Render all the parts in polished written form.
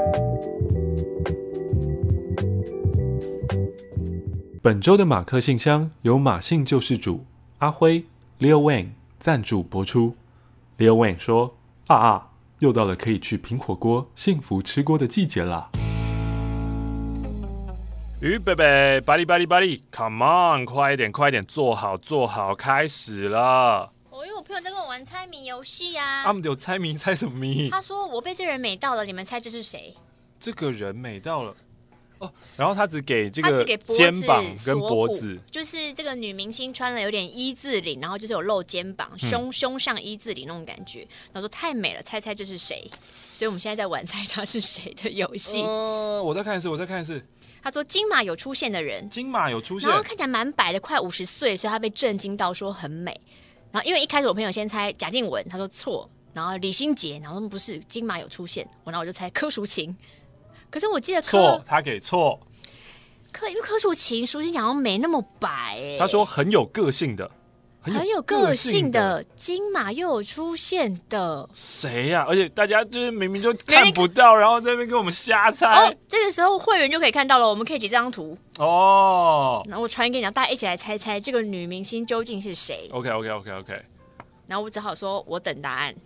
本周的马克信箱由马姓救世主阿辉 Leo Wang 赞助播出。Leo Wang 说：又到了可以去品火锅、幸福吃锅的季节啦！ 鱼贝贝，巴里巴里巴里 ，Come on， 快一点，快一点，坐好，坐好，开始了。 因为我朋友在跟我玩猜谜游戏啊。 他们有猜谜，猜什么谜？ 他说我被这人美到了，你们猜这是谁？ 这个人美到了。然后他只给这个肩膀跟脖子， 就是这个女明星穿了有点一字领，然后就是有露肩膀，胸上一字领那种感觉。然后说太美了，猜猜这是谁？所以我们现在在玩猜他是谁的游戏。 我再看一次。 他说金马有出现的人， 金马有出现， 然后看起来蛮白的，快50岁，所以他被震惊到说很美。然后因为一开始我朋友先猜贾静雯，他说错，然后李心洁，然后不是金马有出现，然后我就猜柯淑勤。可是我记得错，他给错。 因为柯淑勤好像没那么白他说很有个性的， 很有个性的金马又有出现的谁呀？而且大家就是明明就看不到，然后在那边跟我们瞎猜。 这个时候会员就可以看到了，我们可以截这张图哦。然后我传给你，大家一起来猜猜这个女明星究竟是谁。 OK。 然后我只好说我等答案。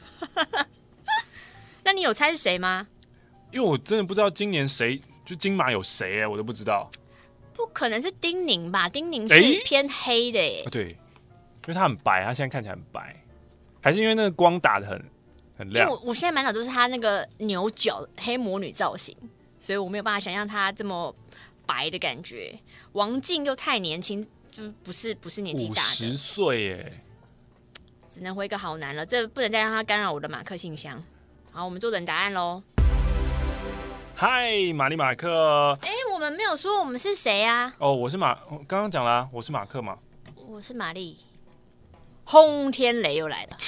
那你有猜是谁吗？ 因为我真的不知道今年谁就金马有谁我都不知道。 不可能是丁宁吧？丁宁是偏黑的耶。 对，因为他很白，他现在看起来很白，还是因为那个光打得很亮？ 因为我现在满脑都是他那个牛角黑魔女造型，所以我没有办法想象他这么白的感觉。王静又太年轻，就不是年纪大的 ，50岁耶， 只能回个好难了。这不能再让他干扰我的马克信箱。好，我们坐等答案喽。 嗨，玛丽马克。 我们没有说我们是谁啊？ 我是刚刚讲啦，我是马克嘛。 我是玛丽。轰天雷又来了。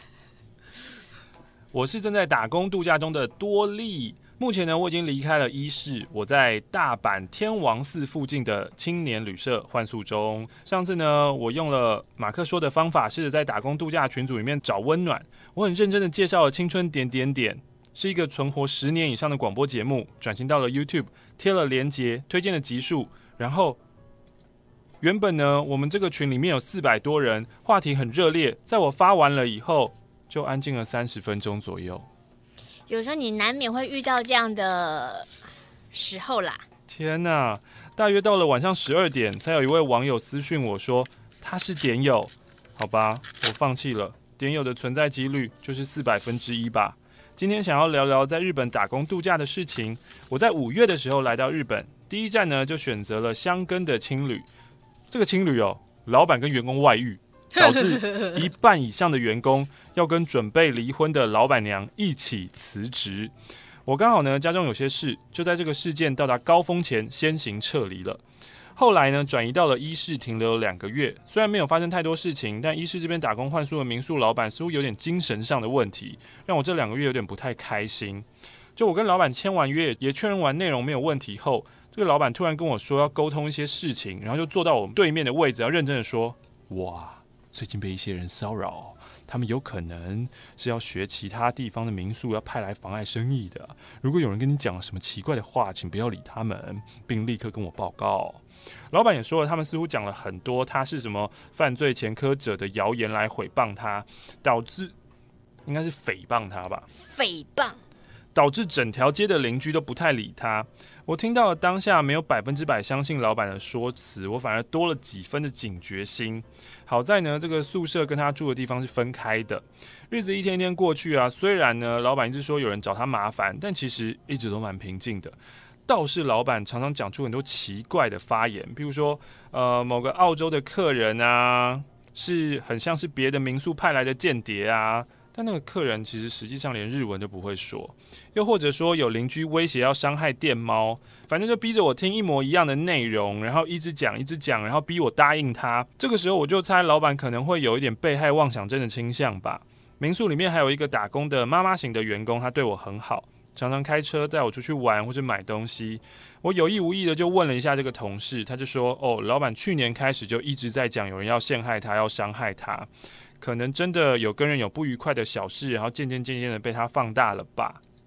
我是正在打工度假中的多利。目前呢，我已经离开了医事，我在大阪天王寺附近的青年旅社换宿中。上次呢，我用了马克说的方法，试着在打工度假群组里面找温暖。我很认真的介绍了青春点点点，是一个存活10年以上的广播节目，转型到了 YouTube， 贴了连结，推荐了集数。然后原本呢，我们这个群里面有400多人，话题很热烈。在我发完了以后，就安静了30分钟左右。 有时候你难免会遇到这样的时候啦。 天哪！大约到了晚上12点，才有一位网友私讯我说他是点友。好吧，我放弃了。点友的存在几率就是1/400吧。今天想要聊聊在日本打工度假的事情。我在5月的时候来到日本，第一站呢就选择了箱根的青旅。这个青旅老板跟员工外遇，导致一半以上的员工要跟准备离婚的老板娘一起辞职。我刚好呢家中有些事，就在这个事件到达高峰前先行撤离了。后来呢，转移到了伊势停留了2个月，虽然没有发生太多事情，但伊势这边打工换宿的民宿老板似乎有点精神上的问题，让我这2个月有点不太开心。就我跟老板签完约，也确认完内容没有问题后，这个老板突然跟我说要沟通一些事情，然后就坐到我们对面的位置，要认真的说：哇，最近被一些人骚扰，他们有可能是要学其他地方的民宿要派来妨碍生意的。如果有人跟你讲了什么奇怪的话，请不要理他们，并立刻跟我报告。老板也说了，他们似乎讲了很多他是什么犯罪前科者的谣言来诽谤他，导致应该是诽谤他吧？ 诽谤。 导致整条街的邻居都不太理他。我听到了当下没有100%相信老板的说辞，我反而多了几分的警觉心。好在呢，这个宿舍跟他住的地方是分开的。日子一天天过去啊，虽然呢老板一直说有人找他麻烦，但其实一直都蛮平静的。倒是老板常常讲出很多奇怪的发言，譬如说某个澳洲的客人啊，是很像是别的民宿派来的间谍啊，但那个客人其实实际上连日文都不会说。又或者说有邻居威胁要伤害电猫，反正就逼着我听一模一样的内容，然后一直讲，然后逼我答应他。这个时候我就猜老板可能会有一点被害妄想症的倾向吧。民宿里面还有一个打工的妈妈型的员工，他对我很好，常常开车带我出去玩或者买东西。我有意无意的就问了一下这个同事，他就说老板去年开始就一直在讲有人要陷害他，要伤害他，可能真的有跟人有不愉快的小事，然后渐渐的被他放大了吧。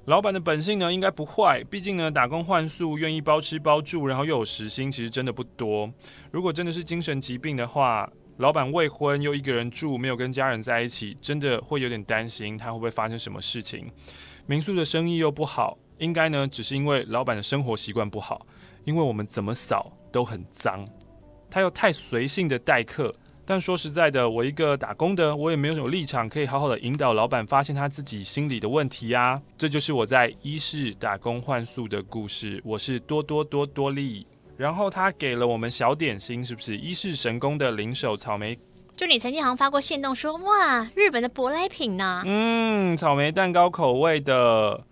老板的本性呢应该不坏，毕竟呢打工换宿，愿意包吃包住，然后又有时薪，其实真的不多。如果真的是精神疾病的话，老板未婚又一个人住，没有跟家人在一起，真的会有点担心他会不会发生什么事情。民宿的生意又不好，应该呢只是因为老板的生活习惯不好，因为我们怎么扫都很脏。他又太随性的待客，但说实在的，我一个打工的，我也没有什么立场可以好好的引导老板发现他自己心里的问题啊。这就是我在医事打工换宿的故事。我是多利。然后他给了我们小点心，是不是？伊势神宫的零手草莓， 就你曾经好像发过限动说，哇，日本的舶来品呢？ 草莓蛋糕口味的。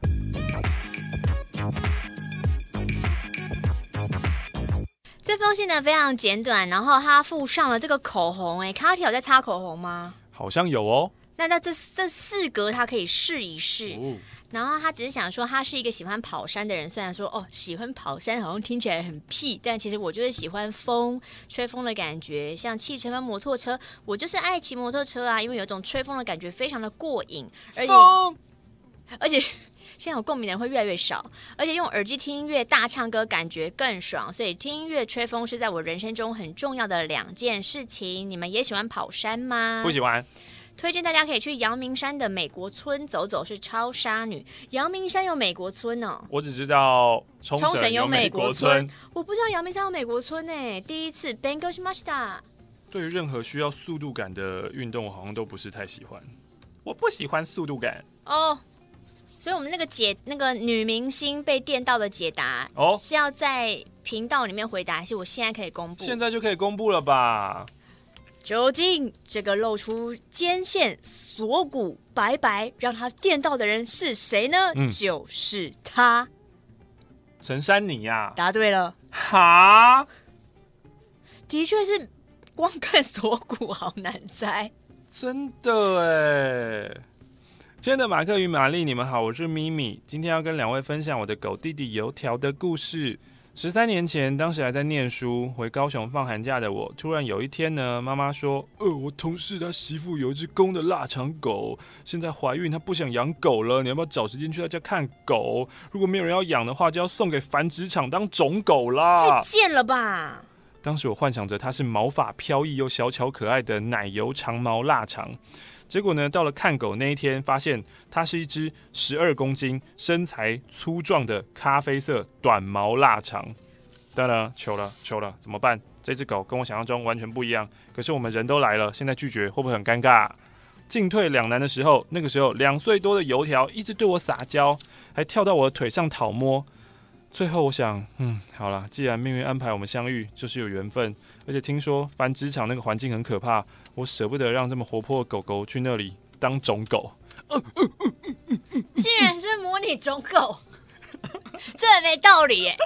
这封信呢非常简短，然后他附上了这个口红，卡提有在擦口红吗？ 好像有哦。 那这4格他可以试一试。然后他只是想说，他是一个喜欢跑山的人。虽然说喜欢跑山好像听起来很屁，但其实我就是喜欢吹风的感觉。像汽车跟摩托车，我就是爱骑摩托车啊，因为有一种吹风的感觉非常的过瘾。而且现在有共鸣的人会越来越少，而且用耳机听音乐大唱歌感觉更爽。所以听音乐吹风是在我人生中很重要的2件事情。你们也喜欢跑山吗？ 不喜欢。 推荐大家可以去阳明山的美国村走走，是超杀女。阳明山有美国村哦， 我只知道冲绳有美国村， 我不知道阳明山有美国村呢，第一次。勉強しました。 对于任何需要速度感的运动，我好像都不是太喜欢。我不喜欢速度感哦。所以我们那个女明星被电到的解答，是要在频道里面回答，还是我现在可以公布？ 现在就可以公布了吧？ 究竟这个露出肩线、锁骨白白，让他电到的人是谁呢？就是他， 陈珊妮呀！ 答对了。 哈， 的确是，光看锁骨好难猜， 真的哎。亲爱的马克与玛丽，你们好，我是咪咪，今天要跟2位分享我的狗弟弟油条的故事。13年前，当时还在念书，回高雄放寒假的我，突然有一天呢，妈妈说，我同事他媳妇有一只公的腊肠狗，现在怀孕，他不想养狗了，你要不要找时间去他家看狗？如果没有人要养的话，就要送给繁殖场当种狗啦！ 太贱了吧！ 当时我幻想着它是毛发飘逸又小巧可爱的奶油长毛腊肠。结果呢，到了看狗那一天，发现它是一只12公斤、身材粗壮的咖啡色短毛腊肠。当然，糗了，怎么办？这只狗跟我想象中完全不一样。可是我们人都来了，现在拒绝会不会很尴尬？进退两难的时候，那个时候2岁多的油条一直对我撒娇，还跳到我的腿上讨摸。最后我想，好啦，既然命运安排我们相遇，就是有缘分。而且听说繁殖场那个环境很可怕，我舍不得让这么活泼的狗狗去那里当种狗。 竟然是模拟种狗，这很没道理耶。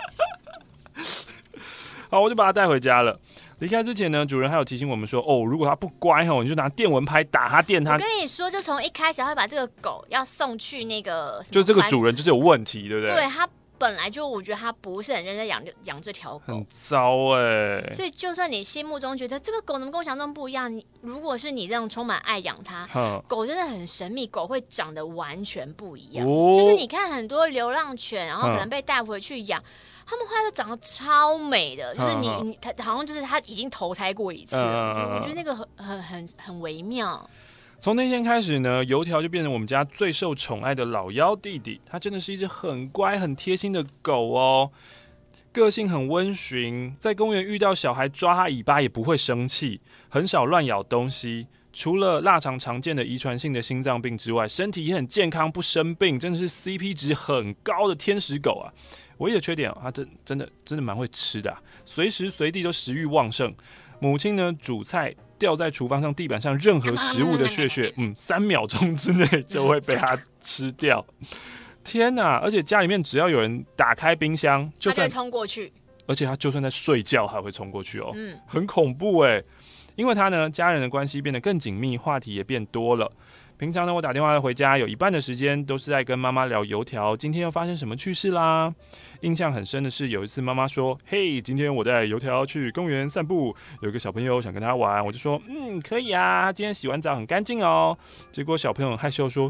好，我就把它带回家了。离开之前呢，主人还有提醒我们说，如果它不乖你就拿电蚊拍打它，电它。 我跟你说，就从一开始他会把这个狗要送去那个， 就这个主人就是有问题，对不对？ 对，他本来就我觉得他不是很认真养这条狗， 很糟哎。 所以就算你心目中觉得这个狗怎么跟我想象中不一样，如果是你这样充满爱养它，狗真的很神秘，狗会长得完全不一样。就是你看很多流浪犬，然后可能被带回去养。他们后来都长得超美的，就是他好像就是他已经投胎过一次了。我觉得那个很微妙。 从那天开始呢，油条就变成我们家最受宠爱的老幺弟弟。他真的是一只很乖、很贴心的狗哦，个性很温驯，在公园遇到小孩抓他尾巴也不会生气，很少乱咬东西。除了腊肠常见的遗传性的心脏病之外，身体也很健康，不生病，真的是 CP 值很高的天使狗啊！唯一的缺点它真的蛮会吃的随时随地都食欲旺盛。母亲呢煮菜掉在厨房上、地板上任何食物的屑3秒钟之内就会被它吃掉。天哪！而且家里面只要有人打开冰箱， 它就会冲过去， 而且它就算在睡觉还会冲过去很恐怖哎。因为他呢，家人的关系变得更紧密，话题也变多了。平常呢，我打电话回家，有一半的时间都是在跟妈妈聊油条，今天又发生什么趣事啦？印象很深的是，有一次妈妈说：“嘿，今天我带油条去公园散步，有一个小朋友想跟他玩。”我就说：“可以啊，他今天洗完澡很干净哦。”结果小朋友很害羞说：“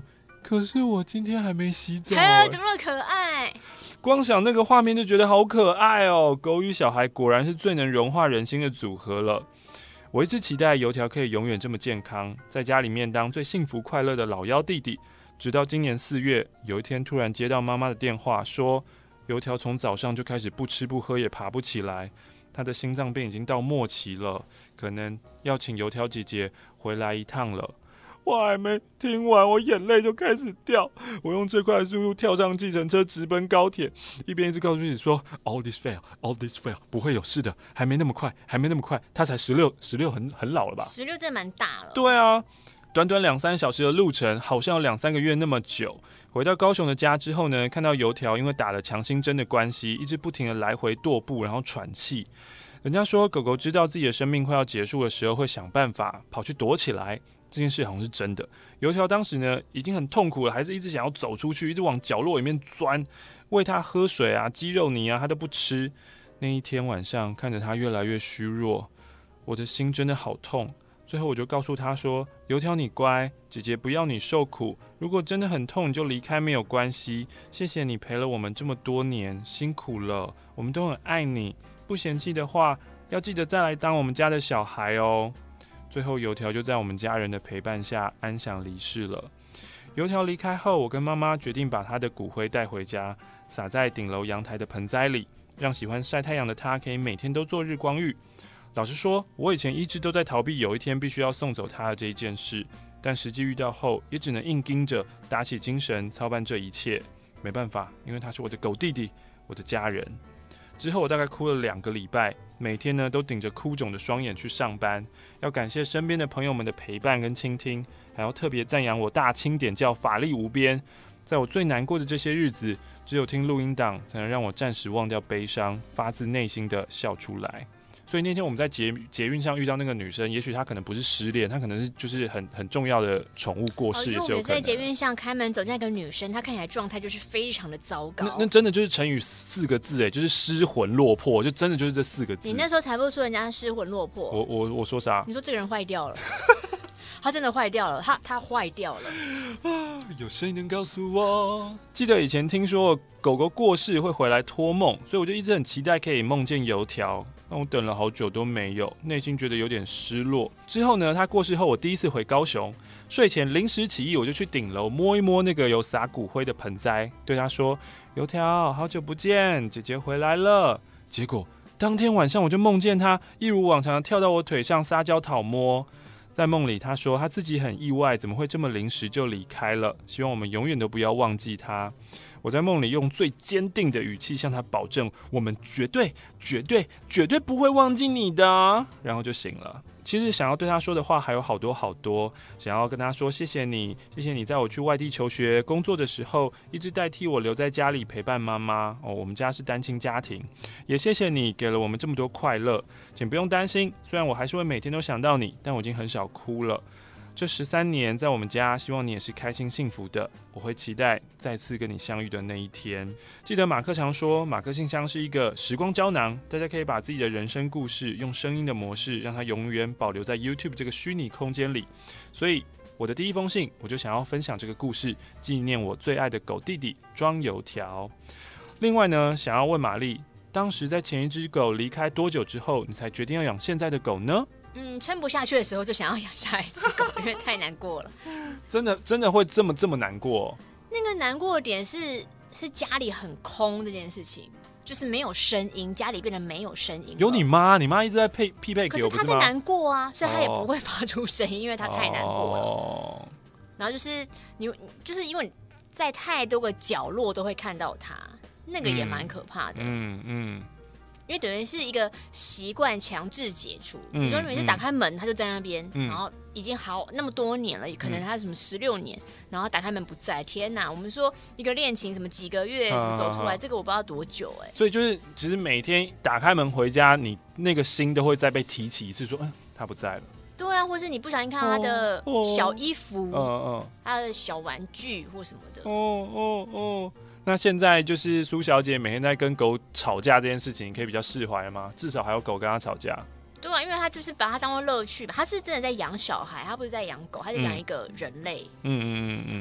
可是我今天还没洗澡怎么那么可爱？ 光想那个画面就觉得好可爱哦！狗与小孩果然是最能融化人心的组合了。我一直期待油条可以永远这么健康，在家里面当最幸福快乐的老幺弟弟。直到今年4月，有一天突然接到妈妈的电话，说油条从早上就开始不吃不喝，也爬不起来，他的心脏病已经到末期了，可能要请油条姐姐回来一趟了。我还没听完，我眼泪就开始掉。我用最快的速度跳上计程车，直奔高铁，一边一直告诉自己说 "All this fail, all this fail， 不会有事的，还没那么快，还没那么快。他才16很老了吧 ？16真的蛮大了。 对啊，短短2-3小时的路程，好像有2-3个月那么久。回到高雄的家之后呢，看到油条因为打了强心针的关系，一直不停的来回踱步，然后喘气。人家说狗狗知道自己的生命快要结束的时候，会想办法跑去躲起来。这件事好像是真的。油条当时呢已经很痛苦了，还是一直想要走出去，一直往角落里面钻，喂它喝水啊、鸡肉泥啊，它都不吃。那一天晚上看着它越来越虚弱，我的心真的好痛。最后我就告诉他说：“油条你乖，姐姐不要你受苦。如果真的很痛，你就离开没有关系。谢谢你陪了我们这么多年，辛苦了，我们都很爱你。不嫌弃的话，要记得再来当我们家的小孩哦。”最后油条就在我们家人的陪伴下安详离世了。油条离开后，我跟妈妈决定把他的骨灰带回家，撒在顶楼阳台的盆栽里，让喜欢晒太阳的他可以每天都做日光浴。老实说，我以前一直都在逃避有一天必须要送走他的这一件事，但实际遇到后，也只能硬盯着，打起精神操办这一切。没办法，因为他是我的狗弟弟，我的家人。之后我大概哭了2个礼拜，每天呢都顶着哭肿的双眼去上班。要感谢身边的朋友们的陪伴跟倾听，还要特别赞扬我大清点教法力无边。在我最难过的这些日子，只有听录音档才能让我暂时忘掉悲伤，发自内心的笑出来。所以那天我们在捷运上遇到那个女生，也许她可能不是失恋，她可能是就是很重要的宠物过世也是有可能。 在捷运上开门走进一个女生，她看起来状态就是非常的糟糕。 那真的就是成语4个字，就是失魂落魄，就真的就是这4个字。 你那时候才不说人家失魂落魄， 我说啥？ 你说这个人坏掉了。他真的坏掉了，他坏掉了。 有谁能告诉我？记得以前听说狗狗过世会回来托梦，所以我就一直很期待可以梦见油条。但我等了好久都没有，内心觉得有点失落。之后呢，他过世后，我第一次回高雄，睡前临时起意，我就去顶楼摸一摸那个有撒骨灰的盆栽，对他说：“油条，好久不见，姐姐回来了。”结果当天晚上我就梦见他一如往常的跳到我腿上撒娇讨摸。在梦里，他说他自己很意外，怎么会这么临时就离开了？希望我们永远都不要忘记他。我在梦里用最坚定的语气向他保证，我们绝对不会忘记你的。然后就醒了。其实想要对他说的话还有好多好多，想要跟他说谢谢你，谢谢你在我去外地求学工作的时候，一直代替我留在家里陪伴妈妈。我们家是单亲家庭，也谢谢你给了我们这么多快乐。请不用担心，虽然我还是会每天都想到你，但我已经很少哭了。这13年在我们家，希望你也是开心幸福的。我会期待再次跟你相遇的那一天。记得马克常说，马克信箱是一个时光胶囊，大家可以把自己的人生故事用声音的模式，让它永远保留在 YouTube 这个虚拟空间里。所以我的第一封信，我就想要分享这个故事，纪念我最爱的狗弟弟装油条。另外呢，想要问玛丽，当时在前一只狗离开多久之后，你才决定要养现在的狗呢？ 撑不下去的时候就想要养下一只狗，因为太难过了。 真的会这么难过哦？ 那个难过的点是家里很空这件事情，就是没有声音，家里变得没有声音。 有你妈一直在匹配给我， 可是她在难过啊，所以她也不会发出声音，因为她太难过了。然后就是就是因为你在太多个角落都会看到她，那个也蛮可怕的。因为等于是一个习惯强制解除。你说你每次打开门，他就在那边，然后已经好那么多年了，可能他什么16年，然后打开门不在，天哪！我们说一个恋情什么几个月什么走出来，这个我不知道多久哎。 所以就是其实每天打开门回家，你那个心都会再被提起一次，说他不在了。 对啊，或是你不小心看到他的小衣服，他的小玩具或什么的。 那现在就是苏小姐每天在跟狗吵架这件事情，可以比较释怀吗？至少还有狗跟她吵架。 对啊，因为他就是把它当做乐趣吧，他是真的在养小孩，他不是在养狗，他是养一个人类。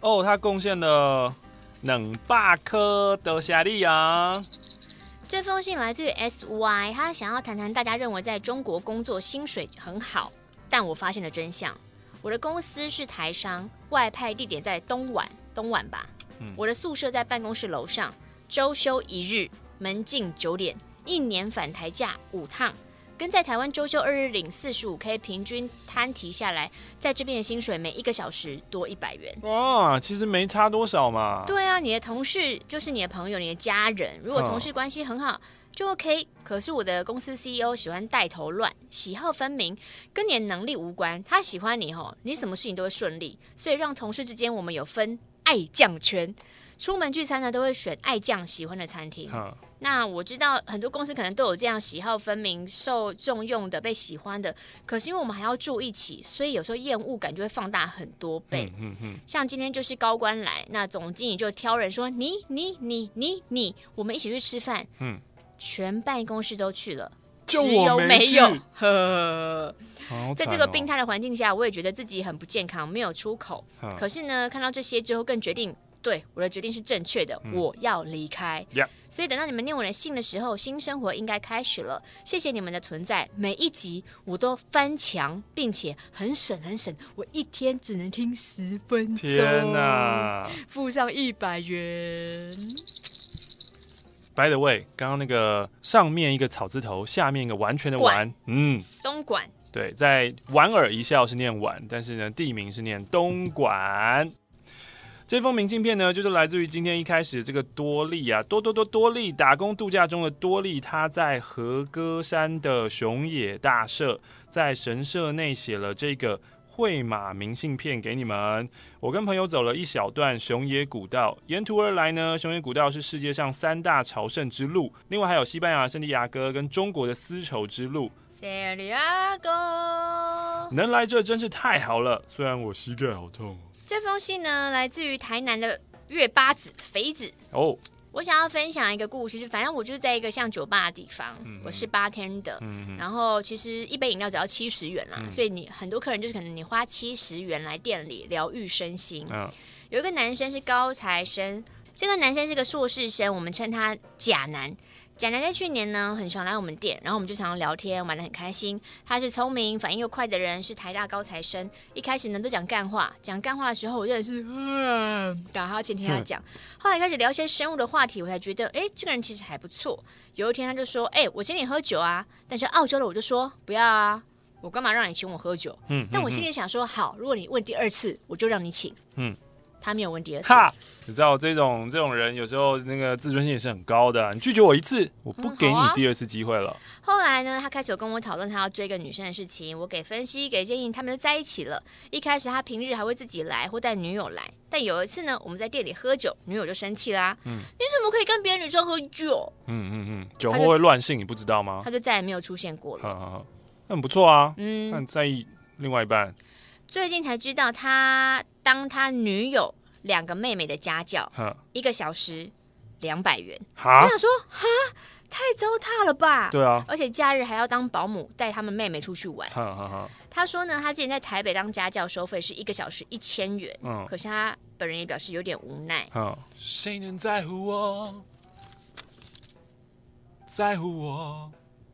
哦，他贡献了200颗的夏利昂。 这封信来自于 SY， 他想要谈谈大家认为在中国工作薪水很好，但我发现了真相。我的公司是台商，外派地点在东莞吧。我的宿舍在办公室楼上，周休1日，门禁9点，1年返台假5趟，跟在台湾周休2日领45K， 平均摊提下来，在这边的薪水每1个小时多100元。 哇，其实没差多少嘛。 对啊，你的同事就是你的朋友，你的家人，如果同事关系很好就 OK。可是我的公司 CEO 喜欢带头乱，喜好分明，跟你的能力无关。他喜欢你你什么事情都会顺利，所以让同事之间我们有分爱酱圈。出门聚餐呢，都会选爱酱喜欢的餐厅。那我知道很多公司可能都有这样喜好分明、受重用的、被喜欢的，可是因为我们还要住一起，所以有时候厌恶感就会放大很多倍。像今天就是高官来，那总经理就挑人说你，我们一起去吃饭。全办公室都去了， 就只有我没有。在这个病态， 态的环境下，我也觉得自己很不健康，没有出口。可是呢，看到这些之后，更决定，对，我的决定是正确的，我要离开。所以等到你们念我的信的时候，新生活应该开始了。谢谢你们的存在，每一集我都翻墙，并且很省，我一天只能听10分钟。 天哪！ 付上100元。 By the way， 刚刚那个上面一个草字头，下面一个完全的完， 东莞。 对，在莞尔一笑是念莞，但是呢，地名是念东莞。这封明信片呢，就是来自于今天一开始这个多利啊，多利打工度假中的多利，他在和歌山的熊野大社，在神社内写了这个会马明信片给你们。我跟朋友走了一小段熊野古道，沿途而来呢，熊野古道是世界上3大朝圣之路，另外还有西班牙的圣地亚哥跟中国的丝绸之路。 圣地亚哥， 能来这真是太好了，虽然我膝盖好痛。 这封信呢，来自于台南的月八子肥子。我想要分享一个故事，就反正我就是在一个像酒吧的地方，我是bartender，然后其实一杯饮料只要70元啦，所以你很多客人就是可能你花70元来店里疗愈身心。有一个男生是高材生，这个男生是个硕士生，我们称他甲男。甲男在去年呢很常来我们店，然后我们就常常聊天，玩得很开心。他是聪明、反应又快的人，是台大高材生。一开始呢都讲干话，讲干话的时候我真的是打哈欠听他讲。后来开始聊一些生物的话题，我才觉得这个人其实还不错。有一天他就说我请你喝酒啊，但是澳洲的我就说不要啊，我干嘛让你请我喝酒？但我心里想说好，如果你问第2次，我就让你请。他没有问第2次。 哈，你知道这种人有时候那个自尊心也是很高的，你拒绝我1次，我不给你第2次机会了。 后来呢，他开始有跟我讨论他要追一个女生的事情，我给分析给建议，他们就在一起了。一开始他平日还会自己来或带女友来，但有一次呢，我们在店里喝酒，女友就生气啦，你怎么可以跟别的女生喝酒？ 酒后会乱性，你不知道吗？ 他就再也没有出现过了。 那很不错啊，那很在意另外一半。 最近才知道他当他女友2个妹妹的家教，1个小时200元。我想说，太糟蹋了吧？ 对啊， 而且假日还要当保姆带他们妹妹出去玩。他说呢，他之前在台北当家教，收费是1个小时1000元。可是他本人也表示有点无奈。 谁能在乎我？在乎我？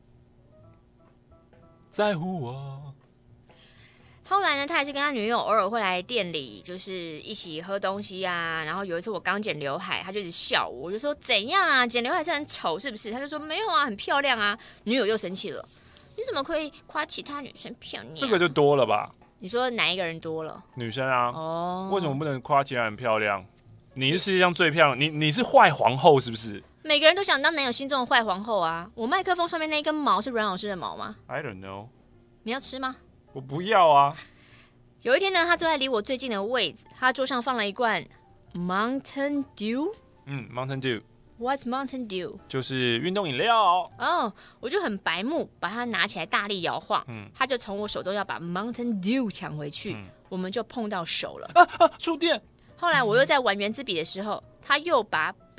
在乎我？ 后来呢，他还是跟他女友偶尔会来店里，就是一起喝东西啊。然后有一次我刚剪刘海，他就一直笑我，我就说怎样啊，剪刘海是很丑是不是？他就说没有啊，很漂亮啊。女友又生气了，你怎么可以夸其他女生漂亮？ 这个就多了吧？ 你说哪一个人多了？ 女生啊。为什么不能夸其他人漂亮？你是世界上最漂亮，你是坏皇后是不是？ 每个人都想当男友心中的坏皇后啊！我麦克风上面那一根毛是阮老师的毛吗？ I don't know。 你要吃吗？ 我不要啊！ 有一天呢，他坐在离我最近的位置，他桌上放了一罐 Mountain Dew。Mountain Dew。What's Mountain Dew？ 就是运动饮料。 我就很白目，把它拿起来大力摇晃。他就从我手中要把 Mountain Dew 抢回去，我们就碰到手了。 触电。 后来我又在玩原子笔的时候，他又把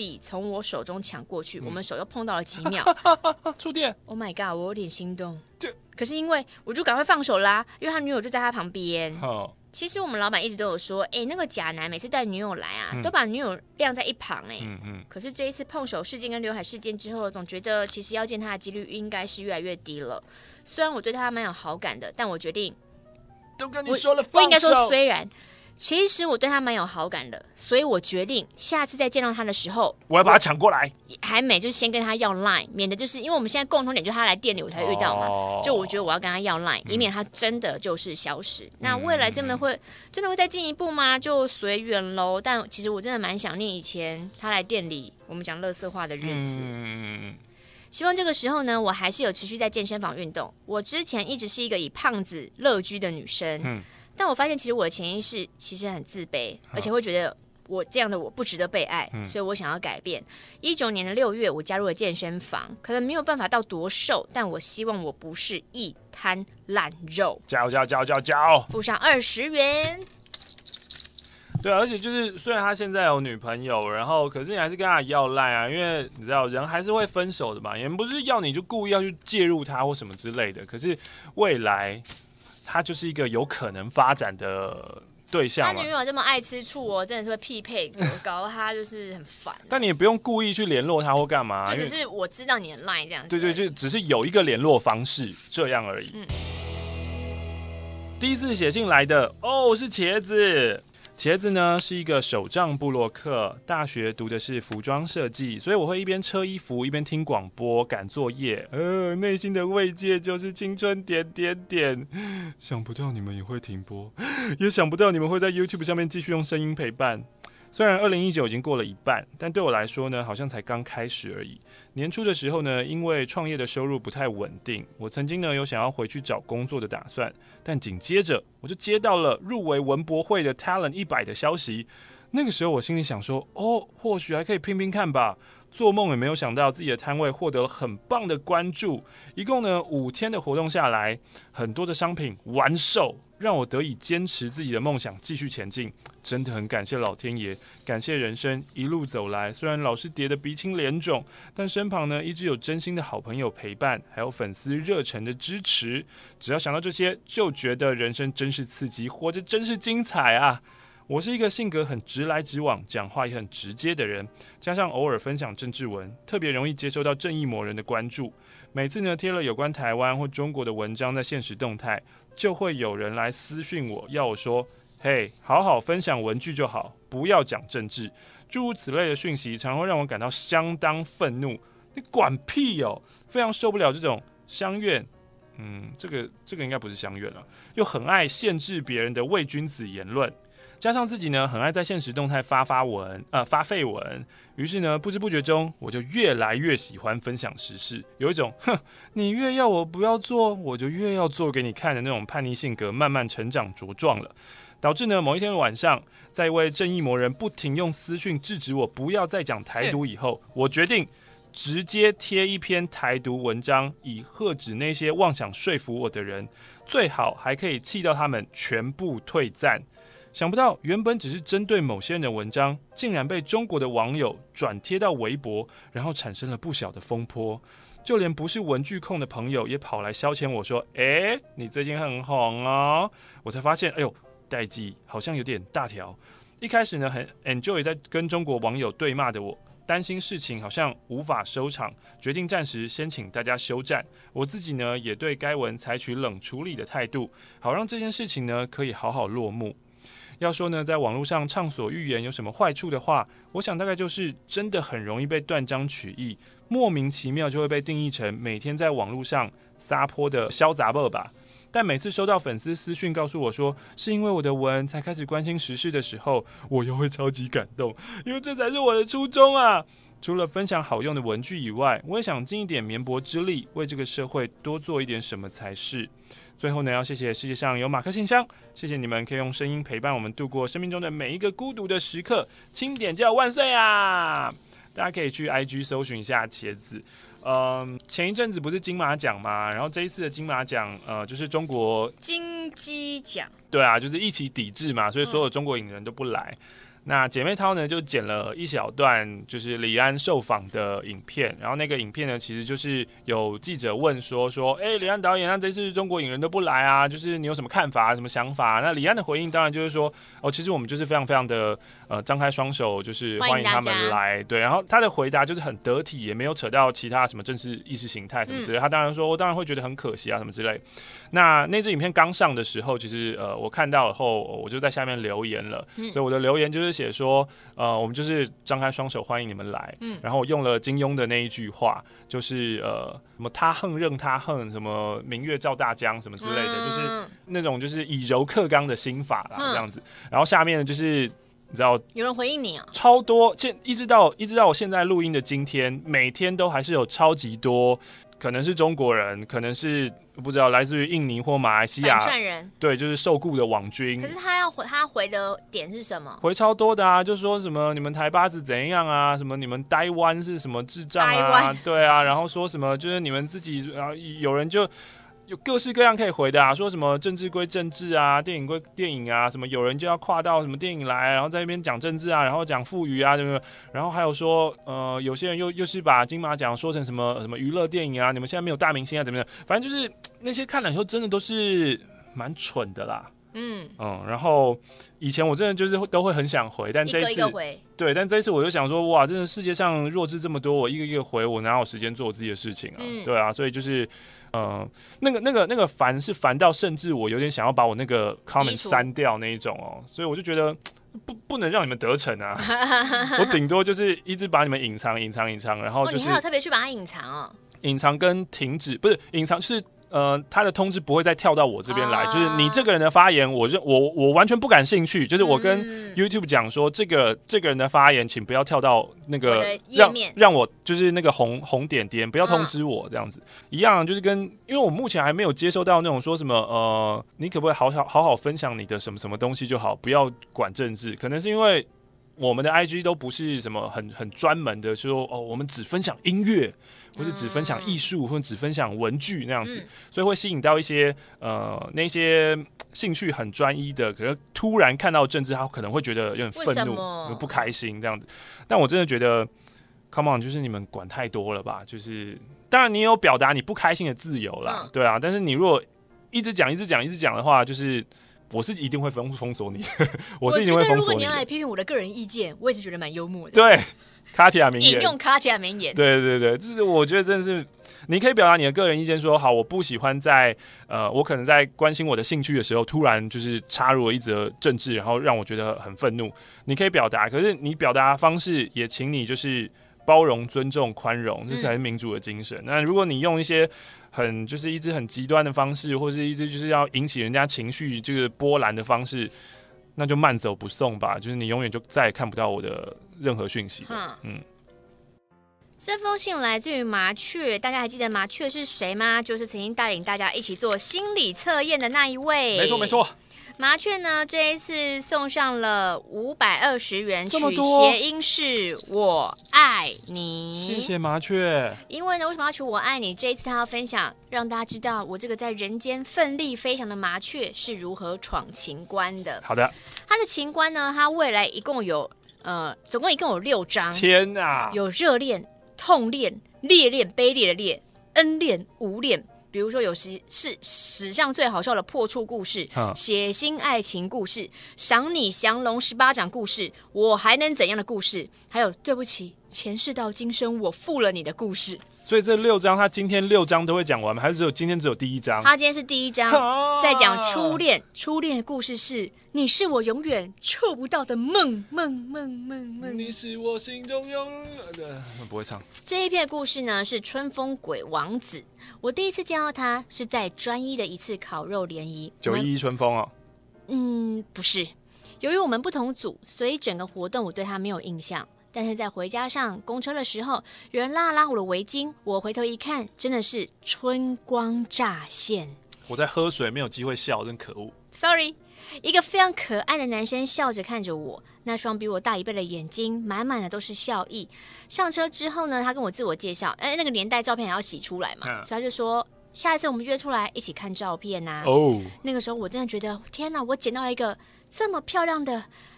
币从我手中抢过去，我们手又碰到了几秒， 触电 ，Oh my god， 我有点心动这。 可是因为我就赶快放手啦，因为他女友就在他旁边。 好， 其实我们老板一直都有说，那个假男每次带女友来啊，都把女友晾在一旁可是这一次碰手事件跟刘海事件之后，总觉得其实要见他的几率应该是越来越低了。虽然我对他蛮有好感的，但我决定， 都跟你说了放手。 我应该说虽然。其实我对他蛮有好感的，所以我决定下次再见到他的时候， 我要把他抢过来。 还没，就是先跟他要 line， 免得就是因为我们现在共同点就是他来店里我才遇到嘛，就我觉得我要跟他要 line， 以免他真的就是消失。那未来真的会再进一步吗？就随缘喽。但其实我真的蛮想念以前他来店里我们讲垃圾话的日子。希望这个时候呢，我还是有持续在健身房运动。我之前一直是一个以胖子乐居的女生。但我发现，其实我的潜意识其实很自卑，而且会觉得我这样的我不值得被爱，所以我想要改变。19年的6月，我加入了健身房，可能没有办法到多瘦，但我希望我不是一滩烂肉。 加油！ 付上20元。 对啊，而且就是虽然他现在有女朋友，然后可是你还是跟他要赖啊，因为你知道人还是会分手的嘛，也不是要你就故意要去介入他或什么之类的。可是未来。他就是一个有可能发展的对象嘛。 他女友这么爱吃醋哦，真的是会匹配，搞得他就是很烦。 但你也不用故意去联络他或干嘛， 就只是我知道你的 line 这样子。 对，就只是有一个联络方式这样而已。第一次写信来的是茄子。茄子呢是一个手账部落客，大学读的是服装设计，所以我会一边车衣服一边听广播赶作业。内心的慰藉就是青春点。想不到你们也会停播，也想不到你们会在 YouTube 上面继续用声音陪伴。虽然2019已经过了一半，但对我来说呢，好像才刚开始而已。年初的时候呢，因为创业的收入不太稳定，我曾经呢有想要回去找工作的打算，但紧接着我就接到了入围文博会的 Talent 100的消息。那个时候我心里想说，或许还可以拼拼看吧。做梦也没有想到自己的摊位获得了很棒的关注。一共呢5天的活动下来，很多的商品完售，让我得以坚持自己的梦想，继续前进。真的很感谢老天爷，感谢人生一路走来，虽然老是跌得鼻青脸肿，但身旁呢一直有真心的好朋友陪伴，还有粉丝热忱的支持。只要想到这些，就觉得人生真是刺激，活着真是精彩啊！我是一个性格很直来直往，讲话也很直接的人，加上偶尔分享政治文，特别容易接收到正义魔人的关注。每次呢贴了有关台湾或中国的文章在现实动态，就会有人来私讯我，要我说：“嘿，好好分享文句就好，不要讲政治。”诸如此类的讯息，常会让我感到相当愤怒。你管屁哦！非常受不了这种相怨。这个应该不是相怨了，又很爱限制别人的伪君子言论。加上自己呢，很爱在现实动态发废文，于是呢，不知不觉中，我就越来越喜欢分享时事，有一种你越要我不要做，我就越要做给你看的那种叛逆性格，慢慢成长茁壮了。导致呢，某一天的晚上，在一位正义魔人不停用私讯制止我不要再讲台独以后，我决定直接贴一篇台独文章，以喝止那些妄想说服我的人，最好还可以气到他们全部退赞。想不到原本只是针对某些人的文章，竟然被中国的网友转贴到微博，然后产生了不小的风波。就连不是文具控的朋友也跑来消遣我说：“你最近很红哦。”我才发现，代际好像有点大条。一开始呢，很 enjoy 在跟中国网友对骂的我，担心事情好像无法收场，决定暂时先请大家休战。我自己呢，也对该文采取冷处理的态度，好让这件事情呢可以好好落幕。要说呢，在网络上畅所欲言有什么坏处的话，我想大概就是真的很容易被断章取义，莫名其妙就会被定义成每天在网络上撒泼的小杂货吧。但每次收到粉丝私讯告诉我说是因为我的文才开始关心时事的时候，我又会超级感动，因为这才是我的初衷啊！除了分享好用的文具以外，我也想尽一点绵薄之力，为这个社会多做一点什么才是。最后呢，要谢谢世界上有马克信箱，谢谢你们可以用声音陪伴我们度过生命中的每一个孤独的时刻。轻点叫万岁啊！大家可以去 IG 搜寻一下茄子。前一阵子不是金马奖嘛，然后这一次的金马奖，就是中国金鸡奖， 对啊，就是一起抵制嘛，所以所有中国影人都不来。 那姐妹淘呢就剪了一小段就是李安受访的影片，然后那个影片呢其实就是有记者问说李安导演，那这次中国影人都不来啊，就是你有什么看法、什么想法？那李安的回应当然就是说，其实我们就是非常非常的张开双手，就是欢迎他们来。对，然后他的回答就是很得体，也没有扯到其他什么政治意识形态什么之类。他当然说，我当然会觉得很可惜啊什么之类。那支影片刚上的时候，其实我看到以后，我就在下面留言了。所以我的留言就是写说，我们就是张开双手欢迎你们来。然后我用了金庸的那一句话，就是什么他横任他横，什么明月照大江什么之类的，就是那种就是以柔克刚的心法啦，这样子。然后下面就是你知道有人回应你啊， 超多，一直到我现在录音的今天，每天都还是有超级多，可能是中国人，可能是不知道来自于印尼或马来西亚反串人， 对，就是受雇的网军。 可是他回的点是什么？ 回超多的啊，就说什么你们台巴子怎样啊，什么你们台湾是什么智障啊，对啊，然后说什么就是你们自己，然后有人就有各式各样可以回的啊，说什么政治归政治啊，电影归电影啊，什么有人就要跨到什么电影来，然后在那边讲政治啊，然后讲富余啊，对不对？然后还有说，有些人又是把金马奖说成什么娱乐电影啊，你们现在没有大明星啊，怎么样？反正就是那些看了以后真的都是蛮蠢的啦。然后以前我真的就是都会很想回，但这一次一个回， 对，但这一次我就想说，哇，真的世界上弱智这么多，我一个一个回，我哪有时间做我自己的事情啊？对啊，所以就是那个烦是烦到甚至我有点想要把我那个 comment 删掉那一种哦，所以我就觉得不能让你们得逞啊，我顶多就是一直把你们隐藏，然后就是你还有特别去把它隐藏哦， 隐藏跟停止，不是隐藏是。他的通知不会再跳到我这边来，就是你这个人的发言，我完全不感兴趣。就是我跟 YouTube 讲说，这个人的发言，请不要跳到那个页面， 让我就是那个红点点，不要通知我这样子。一样，就是因为我目前还没有接收到那种说什么你可不可以好好分享你的什么什么东西就好，不要管政治。可能是因为我们的 IG 都不是什么很专门的说我们只分享音乐。或者只分享艺术，或者只分享文具那样子，所以会吸引到一些那些兴趣很专一的，可是突然看到政治，他可能会觉得有点愤怒、不开心这样子。但我真的觉得 ，Come on， 就是你们管太多了吧？就是当然你有表达你不开心的自由啦，对啊。但是你如果一直讲的话，就是我是一定会封锁你，我是一定会封锁你。如果你要来批评我的个人意见，我也是觉得蛮幽默的。 对。卡提亚名言， 引用卡提亚名言。 对，就是我觉得真的是，你可以表达你的个人意见说，好，我不喜欢在我可能在关心我的兴趣的时候，突然就是插入了一则政治，然后让我觉得很愤怒。你可以表达，可是你表达的方式也请你就是包容、尊重、宽容，这才是民主的精神。那如果你用一些就是一直很极端的方式，或是一直就是要引起人家情绪这个波澜的方式，那就慢走不送吧，就是你永远就再也看不到我的任何讯息。 这封信来自于麻雀，大家还记得麻雀是谁吗？就是曾经带领大家一起做心理测验的那一位。 没错。 麻雀呢，这一次送上了520元，取谐音是我爱你。 谢谢麻雀。 因为呢，为什么要取我爱你？这一次他要分享，让大家知道我这个在人间奋力飞翔的麻雀是如何闯情关的。 好的。 他的情关呢，他未来总共一共有6章。 天哪！ 有热恋、痛恋、烈恋、卑劣的烈、恩恋、无恋。比如说，有时是史上最好笑的破处故事、血腥爱情故事、赏你降龙18掌故事、我还能怎样的故事，还有对不起，前世到今生我负了你的故事。 所以这6章，他今天6章都会讲完吗？还是今天只有第1章？ 他今天是第1章，在讲初恋。初恋的故事是：你是我永远触不到的梦。 你是我心中永远不会唱。 这一篇故事呢是春风鬼王子。我第一次见到他是在专一的一次烤肉联谊。 911春风哦。 不是。由于我们不同组，所以整个活动我对他没有印象。但是在回家上公车的时候，有人拉我的围巾，我回头一看，真的是春光乍现。 我在喝水，没有机会笑，真可恶。 Sorry， 一个非常可爱的男生笑着看着我，那双比我大1倍的眼睛，满满的都是笑意。上车之后呢，他跟我自我介绍，那个年代照片还要洗出来嘛，所以他就说下一次我们约出来一起看照片啊。那个时候我真的觉得，天哪，我捡到了一个这么漂亮的